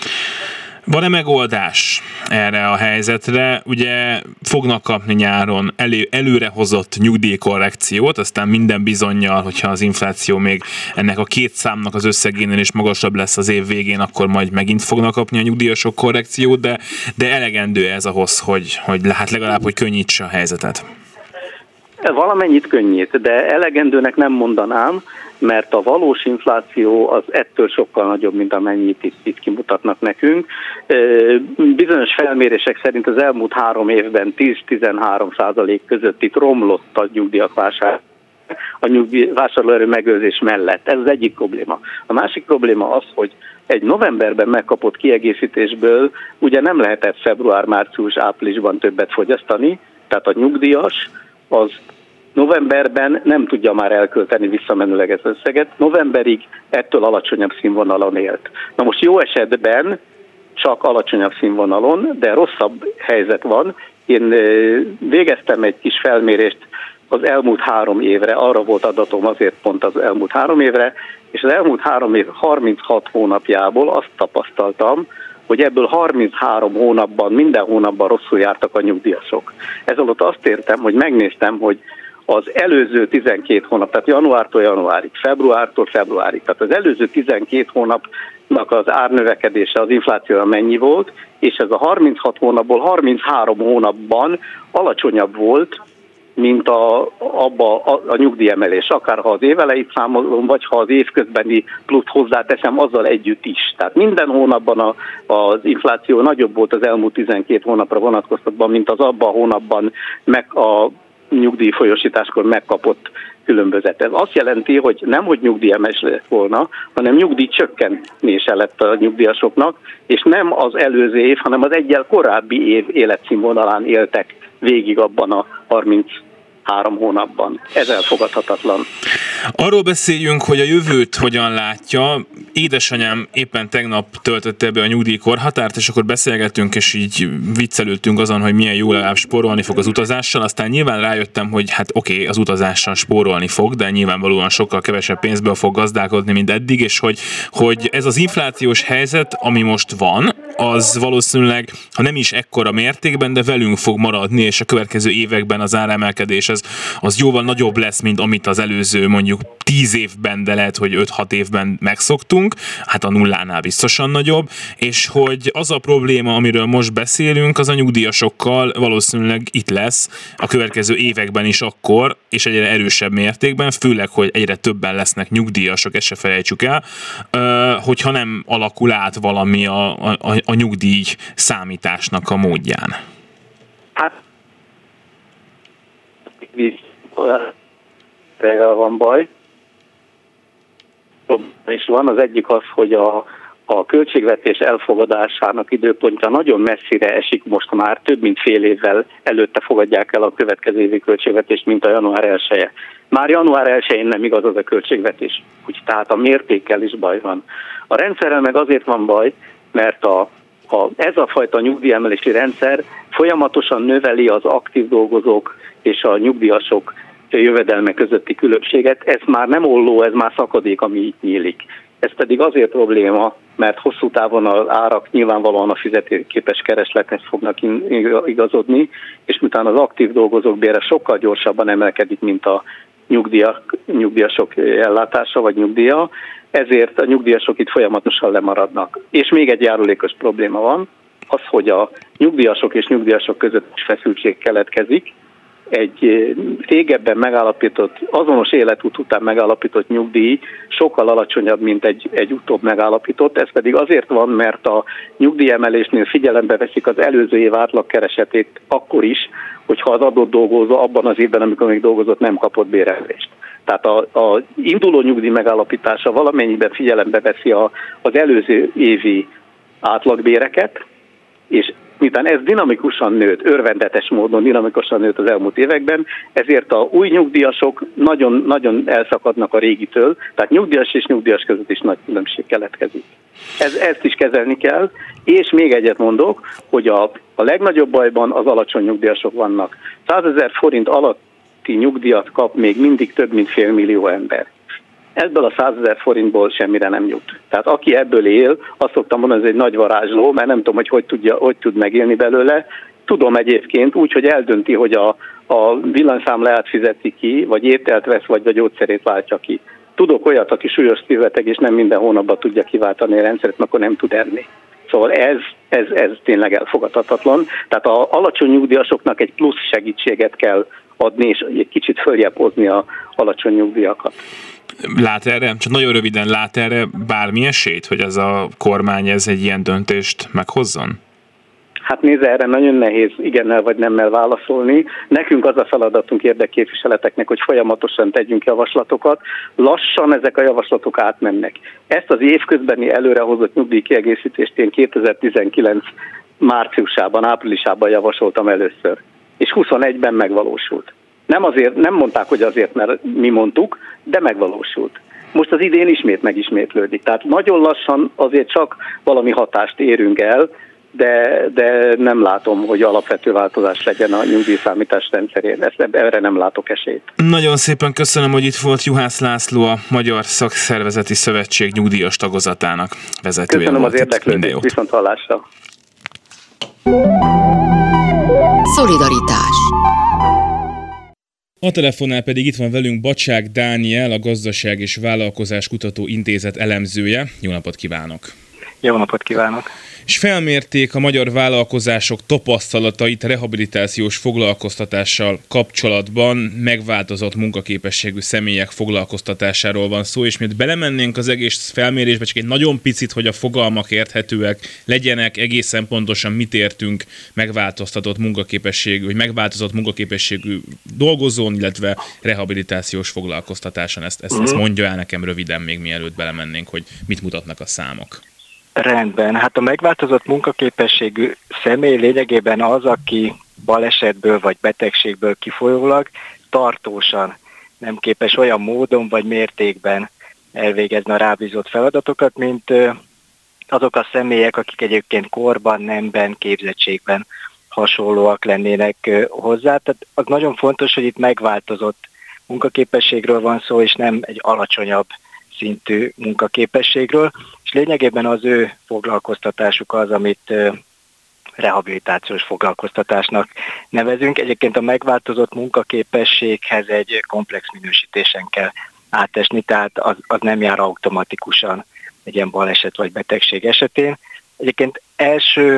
Van-e megoldás erre a helyzetre? Ugye fognak kapni nyáron elő, előrehozott nyugdíjkorrekciót, aztán minden bizonnyal, hogyha az infláció még ennek a két számnak az összegénél is magasabb lesz az év végén, akkor majd megint fognak kapni a nyugdíjasok korrekciót, de, de elegendő ez ahhoz, hogy, hogy hát legalább, hogy könnyítse a helyzetet. Valamennyit könnyít, de elegendőnek nem mondanám, mert a valós infláció az ettől sokkal nagyobb, mint amennyit itt, itt kimutatnak nekünk. Bizonyos felmérések szerint az elmúlt három évben tíz-tizenhárom százalék között itt romlott a nyugdíjak vásár, a nyugdíj vásárlóerő megőrzés mellett. Ez az egyik probléma. A másik probléma az, hogy egy novemberben megkapott kiegészítésből ugye nem lehetett február, március, áprilisban többet fogyasztani, tehát a nyugdíjas az novemberben nem tudja már elkölteni visszamenőleg ez összeget, novemberig ettől alacsonyabb színvonalon élt. Na most jó esetben csak alacsonyabb színvonalon, de rosszabb helyzet van. Én végeztem egy kis felmérést az elmúlt három évre, arra volt adatom azért pont az elmúlt három évre, és az elmúlt három év harminchat hónapjából azt tapasztaltam, hogy ebből harminchárom hónapban, minden hónapban rosszul jártak a nyugdíjasok. Ez alatt azt értem, hogy megnéztem, hogy az előző tizenkét hónap, tehát januártól januárig, februártól februárig, tehát az előző tizenkét hónapnak az árnövekedése, az inflációra mennyi volt, és ez a harminchat hónapból harminchárom hónapban alacsonyabb volt, mint a, abba a, a nyugdíjemelés, akár ha az éveleit számolom, vagy ha az évközbeni plusz hozzáteszem, azzal együtt is. Tehát minden hónapban a, az infláció nagyobb volt az elmúlt tizenkét hónapra vonatkoztatban, mint az abban a hónapban meg a nyugdíjfolyósításkor megkapott különbözet. Ez azt jelenti, hogy nem, hogy nyugdíjemelés lett volna, hanem nyugdíjcsökkenése lett a nyugdíjasoknak, és nem az előző év, hanem az egyel korábbi év életszínvonalán éltek végig abban a harminchárom hónapban. Ez elfogadhatatlan. Arról beszéljünk, hogy a jövőt hogyan látja. Édesanyám éppen tegnap töltötte be a nyugdíjkorhatárt, és akkor beszélgettünk, és így viccelődtünk azon, hogy milyen jó legalább spórolni fog az utazással. Aztán nyilván rájöttem, hogy hát oké, okay, az utazással spórolni fog, de nyilvánvalóan sokkal kevesebb pénzből fog gazdálkodni, mint eddig, és hogy, hogy ez az inflációs helyzet, ami most van, az valószínűleg, ha nem is ekkora mértékben, de velünk fog maradni, és a következő években az áremelkedés az, az jóval nagyobb lesz, mint amit az előző mondjuk tíz évben, de lehet, hogy öt-hat évben megszoktunk, hát a nullánál biztosan nagyobb, és hogy az a probléma, amiről most beszélünk, az a nyugdíjasokkal valószínűleg itt lesz a következő években is akkor, és egyre erősebb mértékben, főleg, hogy egyre többen lesznek nyugdíjasok, ezt se felejtsük el, hogyha nem alakul át valami a, a, a nyugdíj számításnak a módján. Hát, van baj. És van az egyik az, hogy a, a költségvetés elfogadásának időpontja nagyon messzire esik most már, több mint fél évvel előtte fogadják el a következő évi költségvetést, mint a január elseje. Már január elsején nem igaz az a költségvetés, úgy tehát a mértékkel is baj van. A rendszerrel meg azért van baj, mert a, a, ez a fajta nyugdíjemelési rendszer folyamatosan növeli az aktív dolgozók és a nyugdíjasok jövedelme közötti különbséget. Ez már nem olló, ez már szakadék, ami itt nyílik. Ez pedig azért probléma, mert hosszú távon az árak nyilvánvalóan a fizetőképes kereslethez fognak igazodni, és miután az aktív dolgozók bére sokkal gyorsabban emelkedik, mint a nyugdíjak, nyugdíjasok ellátása vagy nyugdíja, ezért a nyugdíjasok itt folyamatosan lemaradnak. És még egy járulékos probléma van, az, hogy a nyugdíjasok és nyugdíjasok között is feszültség keletkezik. Egy régebben megállapított, azonos életút után megállapított nyugdíj sokkal alacsonyabb, mint egy, egy utóbb megállapított. Ez pedig azért van, mert a nyugdíjemelésnél figyelembe veszik az előző év átlagkeresetét akkor is, hogyha az adott dolgozó abban az évben, amikor még dolgozott, nem kapott béremelést. Tehát a, a induló nyugdíj megállapítása valamennyiben figyelembe veszi a, az előző évi átlagbéreket, és miután ez dinamikusan nőtt, örvendetes módon dinamikusan nőtt az elmúlt években, ezért a új nyugdíjasok nagyon, nagyon elszakadnak a régitől, tehát nyugdíjas és nyugdíjas között is nagy különbség keletkezik. Ez, ezt is kezelni kell, és még egyet mondok, hogy a, a legnagyobb bajban az alacsony nyugdíjasok vannak. százezer forint alatti nyugdíjat kap még mindig több mint fél millió ember. Ebből a százezer forintból semmire nem jut. Tehát aki ebből él, azt szoktam mondani, ez egy nagy varázsló, mert nem tudom, hogy hogy, tudja, hogy tud megélni belőle. Tudom egyébként úgy, hogy eldönti, hogy a, a villanyszámláját fizeti ki, vagy ételt vesz, vagy a gyógyszerét váltja ki. Tudok olyat, aki súlyos szívbeteg, és nem minden hónapban tudja kiváltani a rendszert, mert akkor nem tud enni. Szóval ez, ez, ez tényleg elfogadhatatlan. Tehát az alacsony nyugdíjasoknak egy plusz segítséget kell adni, és egy kicsit följebb hozni az alacsony nyugdíjakat. Lát erre, csak nagyon röviden lát erre bármi esélyt, hogy ez a kormány ez egy ilyen döntést meghozzon? Hát nézze, erre nagyon nehéz igennel vagy nemmel válaszolni. Nekünk az a feladatunk érdekképviseleteknek, hogy folyamatosan tegyünk javaslatokat. Lassan ezek a javaslatok átmennek. Ezt az évközbeni előrehozott nyugdíjkiegészítést én kétezer-tizenkilenc márciusában, áprilisában javasoltam először. És huszonegyben megvalósult. Nem azért, nem mondták, hogy azért, mert mi mondtuk, de megvalósult. Most az idén ismét megismétlődik. Tehát nagyon lassan azért csak valami hatást érünk el, de, de nem látom, hogy alapvető változás legyen a nyugdíjszámítás rendszerén. Ezt, erre nem látok esélyt. Nagyon szépen köszönöm, hogy itt volt Juhász László, a Magyar Szakszervezeti Szövetség nyugdíjas tagozatának vezetője. Köszönöm volt az érdeklődést, viszont hallásra. Szolidaritás. A telefonnál pedig itt van velünk Bacsák Dániel, a Gazdaság és Vállalkozás Kutató Intézet elemzője. Jó napot kívánok! Jó napot kívánok! És felmérték a magyar vállalkozások tapasztalatait rehabilitációs foglalkoztatással kapcsolatban, megváltozott munkaképességű személyek foglalkoztatásáról van szó, és miért belemennénk az egész felmérésbe, csak egy nagyon picit, hogy a fogalmak érthetőek legyenek, egészen pontosan mit értünk megváltoztatott munkaképességű, hogy megváltozott munkaképességű dolgozón, illetve rehabilitációs foglalkoztatáson. Ezt, ezt, ezt mondja el nekem röviden még mielőtt belemennénk, hogy mit mutatnak a számok. Rendben, hát a megváltozott munkaképességű személy lényegében az, aki balesetből vagy betegségből kifolyólag tartósan nem képes olyan módon vagy mértékben elvégezni a rábízott feladatokat, mint azok a személyek, akik egyébként korban, nemben, képzettségben hasonlóak lennének hozzá. Tehát az nagyon fontos, hogy itt megváltozott munkaképességről van szó, és nem egy alacsonyabb szintű munkaképességről, és lényegében az ő foglalkoztatásuk az, amit rehabilitációs foglalkoztatásnak nevezünk. Egyébként a megváltozott munkaképességhez egy komplex minősítésen kell átesni, tehát az, az nem jár automatikusan egy ilyen baleset vagy betegség esetén. Egyébként első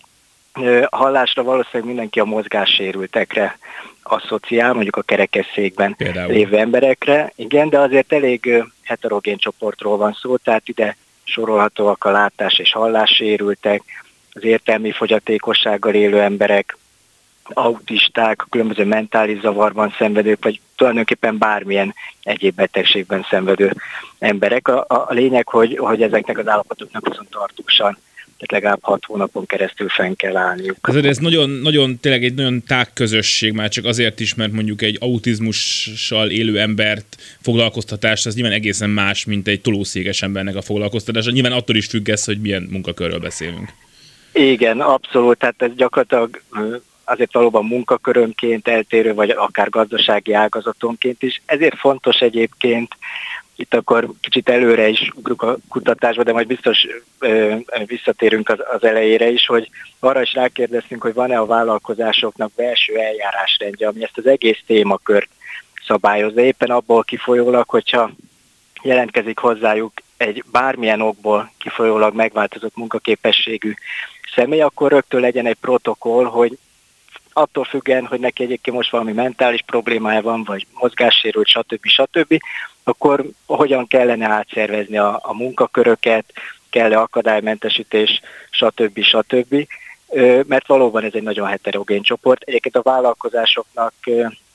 hallásra valószínűleg mindenki a mozgássérültekre asszociál, mondjuk a kerekesszékben Például. lévő emberekre, igen, de azért elég heterogén csoportról van szó, tehát ide sorolhatóak a látás- és hallássérültek, az értelmi fogyatékossággal élő emberek, autisták, a különböző mentális zavarban szenvedők, vagy tulajdonképpen bármilyen egyéb betegségben szenvedő emberek. A, a lényeg, hogy, hogy ezeknek az állapotoknak viszont tartósan, tehát legalább hat hónapon keresztül fenn kell állniuk. Azért ez nagyon, nagyon, tényleg egy nagyon tág közösség, már csak azért is, mert mondjuk egy autizmussal élő embert foglalkoztatás, az nyilván egészen más, mint egy tolószéges embernek a foglalkoztatása. Nyilván attól is függ ez, hogy milyen munkakörről beszélünk. Igen, abszolút, tehát ez gyakorlatilag azért valóban munkakörönként eltérő, vagy akár gazdasági ágazatonként is. Ezért fontos egyébként, itt akkor kicsit előre is ugrunk a kutatásba, de majd biztos ö, visszatérünk az, az elejére is, hogy arra is rákérdeztünk, hogy van-e a vállalkozásoknak belső eljárásrendje, ami ezt az egész témakört szabályozza. Éppen abból kifolyólag, hogyha jelentkezik hozzájuk egy bármilyen okból kifolyólag megváltozott munkaképességű személy, akkor rögtön legyen egy protokoll, hogy attól függően, hogy neki egyébként most valami mentális problémája van, vagy mozgássérült, stb. stb., akkor hogyan kellene átszervezni a, a munkaköröket, kell-e akadálymentesítés, stb. stb. Mert valóban ez egy nagyon heterogén csoport. Egyébként a vállalkozásoknak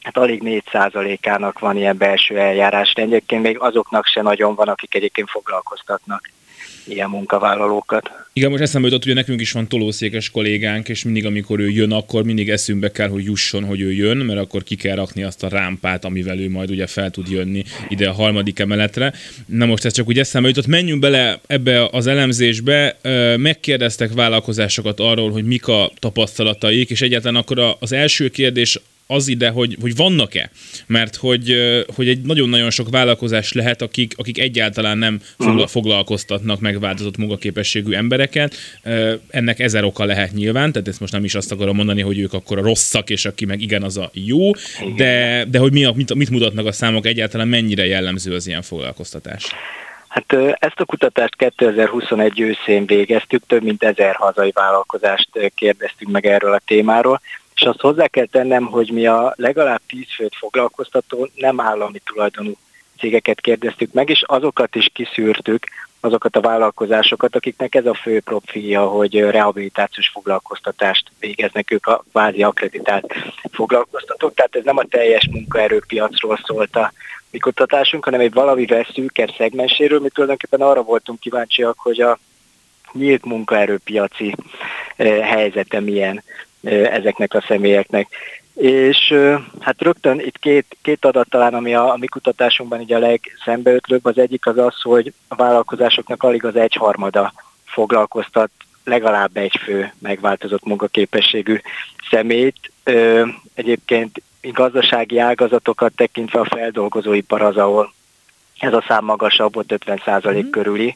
hát alig négy százalékának van ilyen belső eljárás. Egyébként még azoknak se nagyon van, akik egyébként foglalkoztatnak ilyen munkavállalókat. Igen, most eszembe jutott, hogy nekünk is van tolószékes kollégánk, és mindig, amikor ő jön, akkor mindig eszünkbe kell, hogy jusson, hogy ő jön, mert akkor ki kell rakni azt a rámpát, amivel ő majd ugye fel tud jönni ide a harmadik emeletre. Na most ez csak úgy eszembe jutott. Menjünk bele ebbe az elemzésbe. Megkérdeztek vállalkozásokat arról, hogy mik a tapasztalataik, és egyáltalán akkor az első kérdés az ide, hogy, hogy vannak-e? Mert hogy, hogy egy nagyon-nagyon sok vállalkozás lehet, akik, akik egyáltalán nem foglalkoztatnak megváltozott munkaképességű embereket. Ennek ezer oka lehet nyilván, tehát ezt most nem is azt akarom mondani, hogy ők akkor a rosszak, és aki meg igen, az a jó, de, de hogy mi a, mit, mit mutatnak a számok, egyáltalán mennyire jellemző az ilyen foglalkoztatás? Hát ezt a kutatást kétezer-huszonegy őszén végeztük, több mint ezer hazai vállalkozást kérdeztünk meg erről a témáról, és azt hozzá kell tennem, hogy mi a legalább tíz főt foglalkoztató nem állami tulajdonú cégeket kérdeztük meg, és azokat is kiszűrtük, azokat a vállalkozásokat, akiknek ez a fő profilja, hogy rehabilitációs foglalkoztatást végeznek, ők a kvázi akkreditált foglalkoztatók, tehát ez nem a teljes munkaerőpiacról szólt a mi kutatásunk, hanem egy valamivel szűkebb szegmenséről, mi tulajdonképpen arra voltunk kíváncsiak, hogy a nyílt munkaerőpiaci helyzete milyen ezeknek a személyeknek. És hát rögtön itt két, két adat talán, ami a, a mi kutatásunkban így a legszembeötlőbb, az egyik az az, hogy a vállalkozásoknak alig az egyharmada foglalkoztat legalább egy fő megváltozott munkaképességű személyt. Egyébként gazdasági ágazatokat tekintve a feldolgozóipar az, ahol ez a szám magasabb, ott ötven százalék körüli.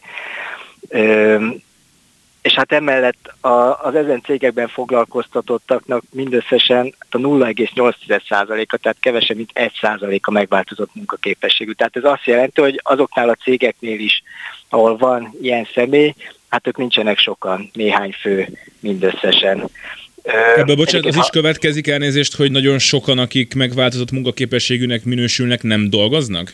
És hát emellett a, az ezen cégekben foglalkoztatottaknak mindösszesen a nulla egész nyolc százaléka, tehát kevesebb, mint egy százalék a megváltozott munkaképességű. Tehát ez azt jelenti, hogy azoknál a cégeknél is, ahol van ilyen személy, hát ők nincsenek sokan, néhány fő mindösszesen. Ebből bocsánat, az is következik, elnézést, hogy nagyon sokan, akik megváltozott munkaképességűnek minősülnek, nem dolgoznak?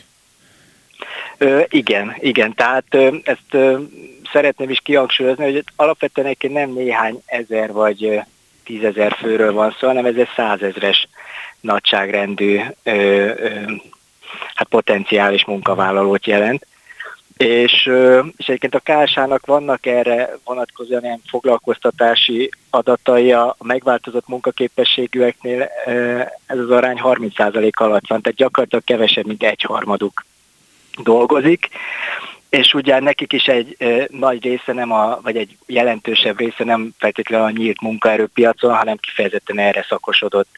Ö, igen, igen, tehát ö, ezt ö, szeretném is kihangsúlyozni, hogy alapvetően egyébként nem néhány ezer vagy ö, tízezer főről van szó, hanem ez egy százezres nagyságrendű ö, ö, hát potenciális munkavállalót jelent. És, ö, és egyébként a ká es á-nak vannak erre vonatkozóan ilyen foglalkoztatási adatai, a megváltozott munkaképességűeknél ö, ez az arány harminc százalék alatt van, tehát gyakorlatilag kevesebb, mint egyharmaduk dolgozik, és ugye nekik is egy e, nagy része nem a, vagy egy jelentősebb része nem feltétlenül a nyílt munkaerőpiacon, hanem kifejezetten erre szakosodott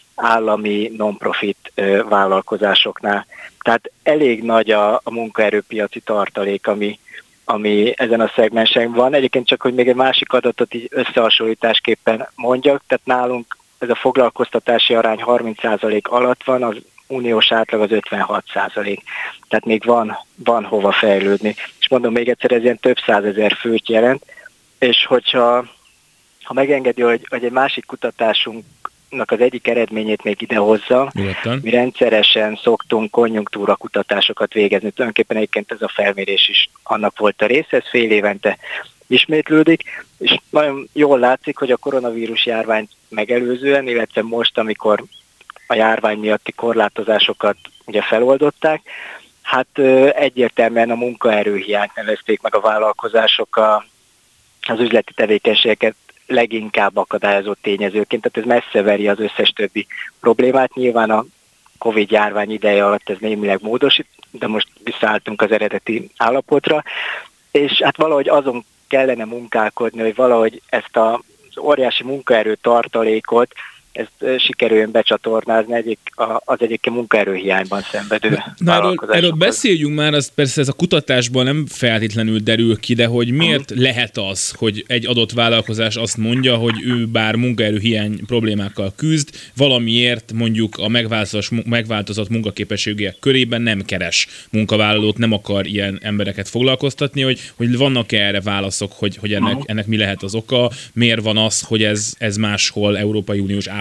állami non-profit e, vállalkozásoknál. Tehát elég nagy a, a munkaerőpiaci tartalék, ami, ami ezen a szegmensen van. Egyébként csak, hogy még egy másik adatot így összehasonlításképpen mondjak, tehát nálunk ez a foglalkoztatási arány harminc százalék alatt van, az uniós átlag az ötvenhat százalék. Tehát még van, van hova fejlődni. És mondom még egyszer, ez ilyen több százezer főt jelent, és hogyha ha megengedi, hogy, hogy egy másik kutatásunknak az egyik eredményét még idehozza, mi rendszeresen szoktunk konjunktúra kutatásokat végezni. Tulajdonképpen egyébként ez a felmérés is annak volt a része, ez fél évente ismétlődik, és nagyon jól látszik, hogy a koronavírus járványt megelőzően, illetve most, amikor a járvány miatti korlátozásokat ugye feloldották, hát egyértelműen a munkaerőhiányt nevezték meg a vállalkozások a, az üzleti tevékenységeket leginkább akadályozó tényezőként, tehát ez messze veri az összes többi problémát. Nyilván a Covid járvány ideje alatt ez némileg módosít, de most visszaálltunk az eredeti állapotra, és hát valahogy azon kellene munkálkodni, hogy valahogy ezt az óriási munkaerő tartalékot ezt sikerüljön becsatornázni egyik, az egyébként munkaerőhiányban szenvedő vállalkozásokhoz. Erről beszéljünk már, az persze ez a kutatásban nem feltétlenül derül ki, de hogy miért uh-huh. lehet az, hogy egy adott vállalkozás azt mondja, hogy ő bár munkaerőhiány problémákkal küzd, valamiért mondjuk a megváltozott, megváltozott munkaképességűek körében nem keres munkavállalót, nem akar ilyen embereket foglalkoztatni, hogy, hogy vannak-e erre válaszok, hogy, hogy ennek, uh-huh. ennek mi lehet az oka, miért van az, hogy ez, ez máshol Európai Uniós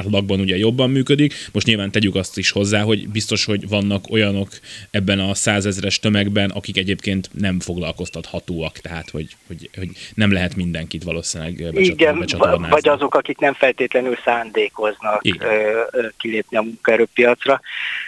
átlagban ugye jobban működik. Most nyilván tegyük azt is hozzá, hogy biztos, hogy vannak olyanok ebben a százezres tömegben, akik egyébként nem foglalkoztathatóak, tehát hogy, hogy, hogy nem lehet mindenkit valószínűleg becsatornázni. Igen, vagy azok, akik nem feltétlenül szándékoznak ö, ö, kilépni a munkaerőpiacra.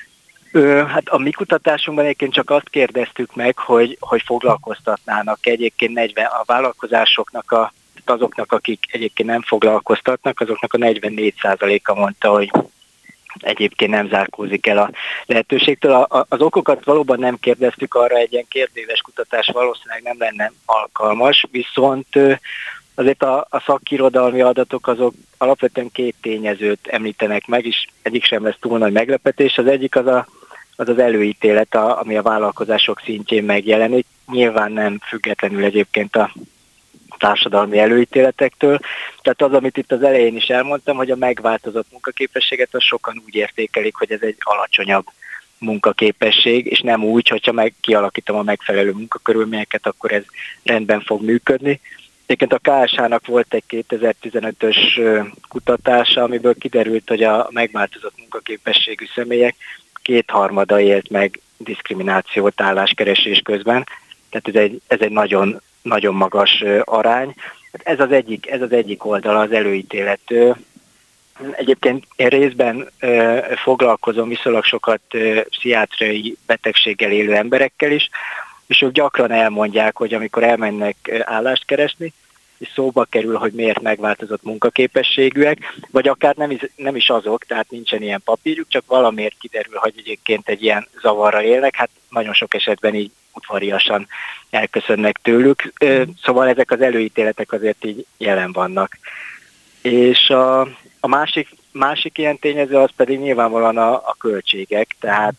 Ö, hát a mi kutatásunkban egyébként csak azt kérdeztük meg, hogy, hogy foglalkoztatnának egyébként negyven a vállalkozásoknak, a, azoknak, akik egyébként nem foglalkoztatnak, azoknak a negyvennégy százaléka mondta, hogy egyébként nem zárkózik el a lehetőségtől. A, a, az okokat valóban nem kérdeztük, arra egy ilyen kérdéves kutatás valószínűleg nem lenne alkalmas, viszont azért a, a szakirodalmi adatok azok alapvetően két tényezőt említenek meg, és egyik sem lesz túl nagy meglepetés. Az egyik az a, az, az előítélet, a, ami a vállalkozások szintjén megjelenik. Nyilván nem függetlenül egyébként a társadalmi előítéletektől. Tehát az, amit itt az elején is elmondtam, hogy a megváltozott munkaképességet, az sokan úgy értékelik, hogy ez egy alacsonyabb munkaképesség, és nem úgy, hogyha meg kialakítom a megfelelő munkakörülményeket, akkor ez rendben fog működni. Egyébként a ká es há-nak volt egy kétezer-tizenötös kutatása, amiből kiderült, hogy a megváltozott munkaképességű személyek kétharmada élt meg diszkriminációt álláskeresés közben. Tehát ez egy, ez egy nagyon, nagyon magas arány. Ez az egyik, ez az egyik oldala az előítélet. Egyébként én részben foglalkozom viszonylag sokat pszichiátriai betegséggel élő emberekkel is, és ők gyakran elmondják, hogy amikor elmennek állást keresni, és szóba kerül, hogy miért megváltozott munkaképességűek, vagy akár nem is, nem is azok, tehát nincsen ilyen papírjuk, csak valamiért kiderül, hogy egyébként egy ilyen zavarral élnek, hát nagyon sok esetben így udvariasan elköszönnek tőlük. Szóval ezek az előítéletek azért így jelen vannak. És a, a másik, másik ilyen tényező az pedig nyilvánvalóan a, a költségek, tehát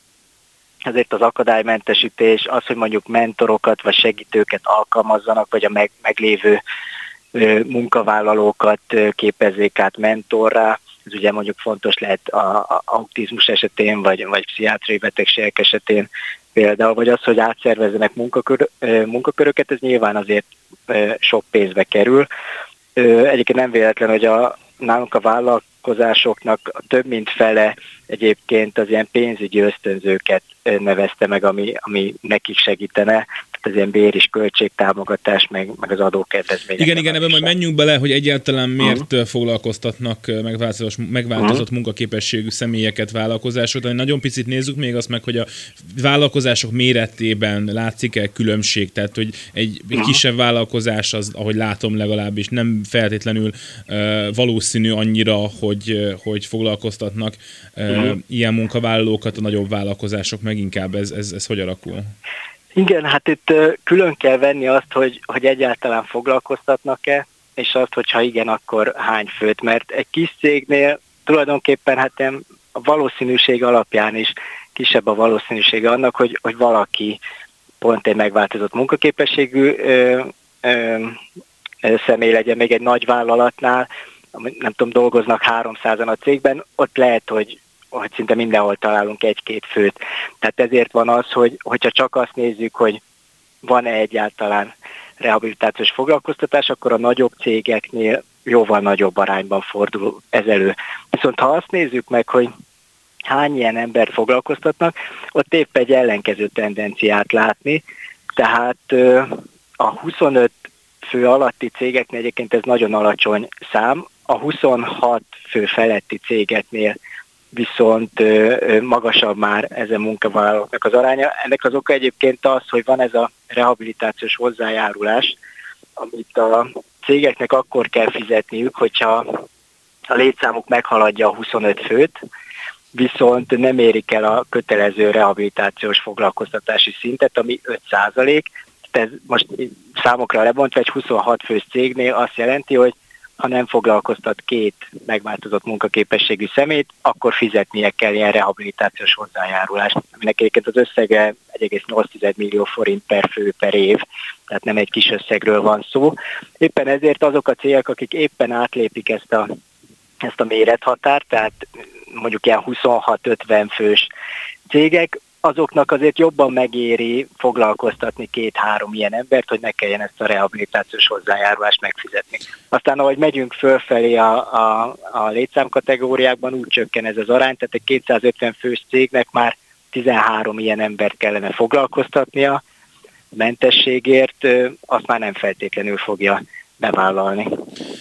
ezért az akadálymentesítés, az, hogy mondjuk mentorokat vagy segítőket alkalmazzanak, vagy a meg, meglévő ö, munkavállalókat ö, képezzék át mentorrá. Ez ugye mondjuk fontos lehet a, a autizmus esetén, vagy, vagy pszichiátriai betegségek esetén például, vagy az, hogy átszervezzenek munkakör, ö, munkaköröket, ez nyilván azért ö, sok pénzbe kerül. Ö, egyébként nem véletlen, hogy a, nálunk a vállalkozásoknak több mint fele egyébként az ilyen pénzügyi ösztönzőket nevezte meg, ami, ami nekik segítene, tehát az ilyen bér- és költségtámogatás, meg, meg az adókedvezmények. Igen, igen, ebben majd menjünk bele, hogy egyáltalán miért uh-huh. foglalkoztatnak megváltozott, megváltozott uh-huh. munkaképességű személyeket vállalkozások, de nagyon picit nézzük még azt meg, hogy a vállalkozások méretében látszik-e különbség, tehát hogy egy, egy kisebb vállalkozás az, ahogy látom legalábbis, nem feltétlenül uh, valószínű annyira, hogy, hogy foglalkoztatnak uh, uh-huh. ilyen munkavállalókat, a nagyobb vállalkozások meg inkább ez, ez, ez hogy alakul? Igen, hát itt uh, külön kell venni azt, hogy, hogy egyáltalán foglalkoztatnak-e, és azt, hogyha igen, akkor hány főt, mert egy kis cégnél tulajdonképpen hát a valószínűség alapján is kisebb a valószínűsége annak, hogy, hogy valaki pont egy megváltozott munkaképességű ö, ö, ö, személy legyen még egy nagy vállalatnál, nem tudom, dolgoznak háromszázan a cégben, ott lehet, hogy hogy szinte mindenhol találunk egy-két főt. Tehát ezért van az, hogy hogyha csak azt nézzük, hogy van-e egyáltalán rehabilitációs foglalkoztatás, akkor a nagyobb cégeknél jóval nagyobb arányban fordul ez elő. Viszont ha azt nézzük meg, hogy hány ilyen embert foglalkoztatnak, ott épp egy ellenkező tendenciát látni. Tehát a huszonöt fő alatti cégeknél egyébként ez nagyon alacsony szám, a huszonhat fő feletti cégeknél viszont magasabb már ezen munkavállalóknak az aránya. Ennek az oka egyébként az, hogy van ez a rehabilitációs hozzájárulás, amit a cégeknek akkor kell fizetniük, hogyha a létszámuk meghaladja a huszonöt főt, viszont nem érik el a kötelező rehabilitációs foglalkoztatási szintet, ami öt százalék. Ez most számokra lebontva egy huszonhat fős cégnél azt jelenti, hogy ha nem foglalkoztat két megváltozott munkaképességű szemét, akkor fizetnie kell ilyen rehabilitációs hozzájárulást, aminek egyébként az összege egy egész nyolc millió forint per fő per év, tehát nem egy kis összegről van szó. Éppen ezért azok a cégek, akik éppen átlépik ezt a, ezt a mérethatárt, tehát mondjuk ilyen huszonhat-ötven fős cégek, azoknak azért jobban megéri foglalkoztatni két-három ilyen embert, hogy ne kelljen ezt a rehabilitációs hozzájárulást megfizetni. Aztán, ahogy megyünk fölfelé a, a, a létszámkategóriákban, úgy csökken ez az arány, tehát egy kétszázötven fős cégnek már tizenhárom ilyen embert kellene foglalkoztatnia, a mentességért azt már nem feltétlenül fogja bevállalni.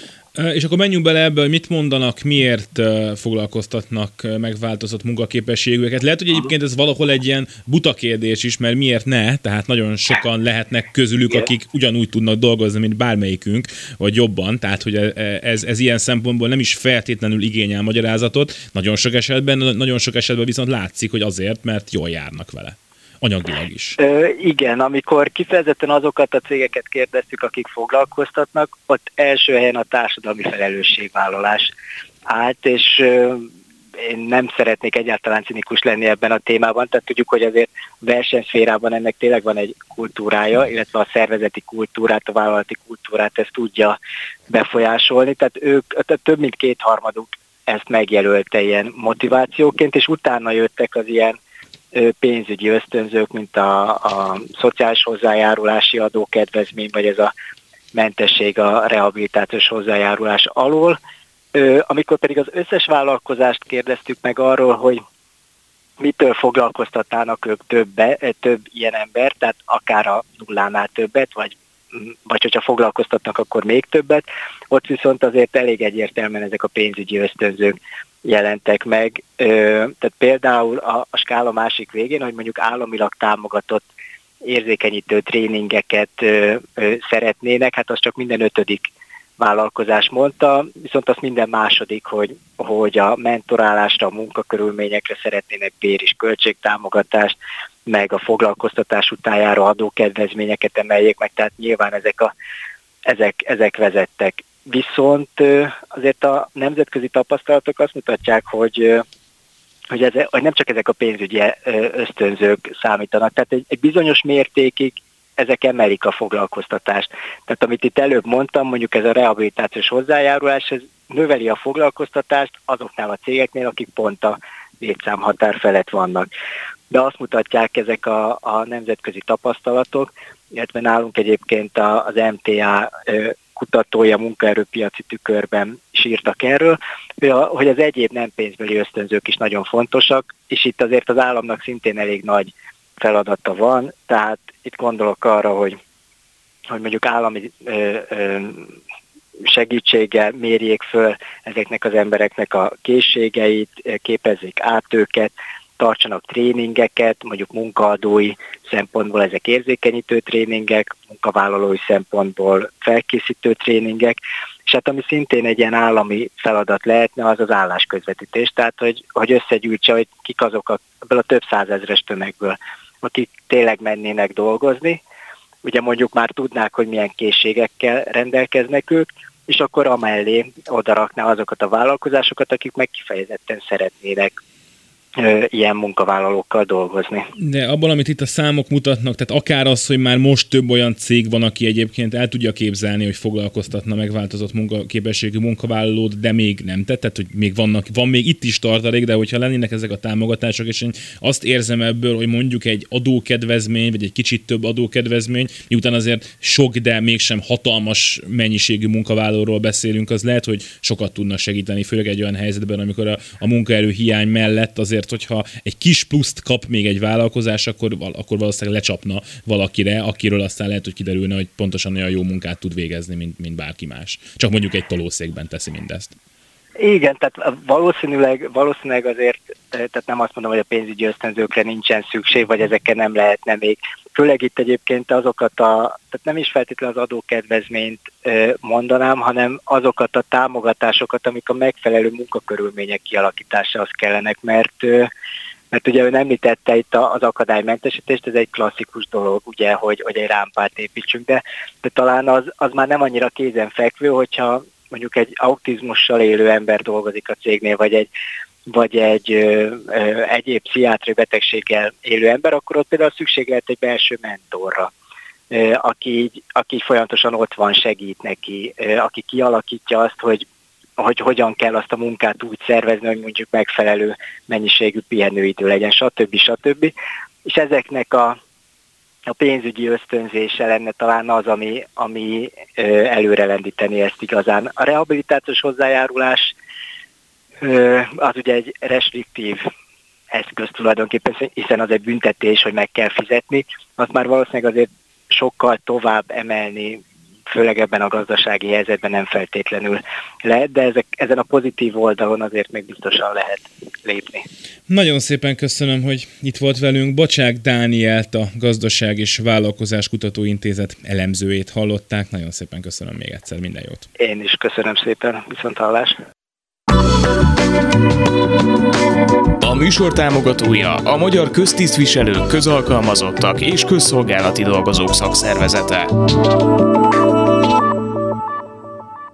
És akkor menjünk bele ebbe, hogy mit mondanak, miért foglalkoztatnak megváltozott munkaképességűeket. Lehet, hogy egyébként ez valahol egy ilyen buta kérdés is, mert miért ne? Tehát nagyon sokan lehetnek közülük, akik ugyanúgy tudnak dolgozni, mint bármelyikünk, vagy jobban. Tehát, hogy ez, ez ilyen szempontból nem is feltétlenül igényel magyarázatot. Nagyon sok esetben, nagyon sok esetben viszont látszik, hogy azért, mert jól járnak vele. Anyagilag is. Ö, igen, amikor kifejezetten azokat a cégeket kérdeztük, akik foglalkoztatnak, ott első helyen a társadalmi felelősségvállalás állt, és ö, én nem szeretnék egyáltalán cinikus lenni ebben a témában, tehát tudjuk, hogy azért versenyszférában ennek tényleg van egy kultúrája, illetve a szervezeti kultúrát, a vállalati kultúrát ezt tudja befolyásolni, tehát ők, tehát több mint kétharmaduk ezt megjelölte ilyen motivációként, és utána jöttek az ilyen pénzügyi ösztönzők, mint a, a szociális hozzájárulási adókedvezmény, vagy ez a mentesség a rehabilitációs hozzájárulás alól. Amikor pedig az összes vállalkozást kérdeztük meg arról, hogy mitől foglalkoztatnának ők többe, több ilyen ember, tehát akár a nullánál többet, vagy, vagy hogyha foglalkoztatnak, akkor még többet, ott viszont azért elég egyértelműen ezek a pénzügyi ösztönzők jelentek meg. Tehát például a, a skála másik végén, hogy mondjuk államilag támogatott érzékenyítő tréningeket ö, ö, szeretnének, hát az csak minden ötödik vállalkozás mondta, viszont azt minden második, hogy, hogy a mentorálásra, a munkakörülményekre szeretnének bér- és költségtámogatást, meg a foglalkoztatás után járó adókedvezményeket emeljék meg, tehát nyilván ezek, a, ezek, ezek vezettek. Viszont azért a nemzetközi tapasztalatok azt mutatják, hogy, hogy, ez, hogy nem csak ezek a pénzügyi ösztönzők számítanak, tehát egy, egy bizonyos mértékig ezek emelik a foglalkoztatást. Tehát amit itt előbb mondtam, mondjuk ez a rehabilitációs hozzájárulás, ez növeli a foglalkoztatást azoknál a cégeknél, akik pont a létszámhatár felett vannak. De azt mutatják ezek a, a nemzetközi tapasztalatok, illetve nálunk egyébként az em té á kutatója munkaerőpiaci tükörben is írtak erről, hogy az egyéb nem pénzbeli ösztönzők is nagyon fontosak, és itt azért az államnak szintén elég nagy feladata van, tehát itt gondolok arra, hogy, hogy mondjuk állami ö, ö, segítséggel mérjék föl ezeknek az embereknek a készségeit, képezzék át őket, tartsanak tréningeket, mondjuk munkaadói szempontból ezek érzékenyítő tréningek, munkavállalói szempontból felkészítő tréningek, és hát ami szintén egy ilyen állami feladat lehetne, az az állásközvetítés, tehát hogy, hogy összegyűjtse, hogy kik azok a, ebből a több százezres tömegből, akik tényleg mennének dolgozni, ugye mondjuk már tudnák, hogy milyen készségekkel rendelkeznek ők, és akkor amellé odarakná azokat a vállalkozásokat, akik meg kifejezetten szeretnének ilyen munkavállalókkal dolgozni. De abban, amit itt a számok mutatnak, tehát akár az, hogy már most több olyan cég van, aki egyébként el tudja képzelni, hogy foglalkoztatna megváltozott munkaképességű munkavállalót, de még nem tett, tehát hogy még vannak, van még itt is tartalék, de hogyha lennének ezek a támogatások, és én azt érzem ebből, hogy mondjuk egy adókedvezmény, vagy egy kicsit több adókedvezmény, miután azért sok, de mégsem hatalmas mennyiségű munkavállalóról beszélünk, az lehet, hogy sokat tudna segíteni, főleg egy olyan helyzetben, amikor a, a munkaerő hiány mellett azért, hogyha egy kis pluszt kap még egy vállalkozás, akkor, akkor valószínűleg lecsapna valakire, akiről aztán lehet, hogy kiderülne, hogy pontosan olyan jó munkát tud végezni, mint, mint bárki más. Csak mondjuk egy tolószékben teszi mindezt. Igen, tehát valószínűleg, valószínűleg azért, tehát nem azt mondom, hogy a pénzügyi ösztönzőkre nincsen szükség, vagy ezekkel nem lehetne még. Főleg itt egyébként azokat a, tehát nem is feltétlenül az adókedvezményt mondanám, hanem azokat a támogatásokat, amik a megfelelő munkakörülmények kialakításához kellenek, mert mert ugye ön említette itt az akadálymentesítést, ez egy klasszikus dolog, ugye, hogy, hogy egy rámpát építsünk, de, de talán az, az már nem annyira kézenfekvő, hogyha mondjuk egy autizmussal élő ember dolgozik a cégnél, vagy egy, vagy egy ö, ö, egyéb pszichiátriai betegséggel élő ember, akkor ott például szükség lehet egy belső mentorra, ö, aki, így, aki folyamatosan ott van, segít neki, ö, aki kialakítja azt, hogy hogy hogyan kell azt a munkát úgy szervezni, hogy mondjuk megfelelő mennyiségű pihenőidő legyen, stb. stb. És ezeknek a, a pénzügyi ösztönzése lenne talán az, ami, ami előre lendíteni ezt igazán. A rehabilitációs hozzájárulás az ugye egy restriktív eszköz tulajdonképpen, hiszen az egy büntetés, hogy meg kell fizetni, azt már valószínűleg azért sokkal tovább emelni, főleg ebben a gazdasági helyzetben nem feltétlenül lehet, de ezek, ezen a pozitív oldalon azért még biztosan lehet lépni. Nagyon szépen köszönöm, hogy itt volt velünk. Bacsák Dánielt, a Gazdaság és Vállalkozás Kutatóintézet elemzőjét hallották. Nagyon szépen köszönöm még egyszer, minden jót. Én is köszönöm szépen, viszonthallás. A műsor támogatója a Magyar Köztisztviselők, Közalkalmazottak és Közszolgálati Dolgozók Szakszervezete.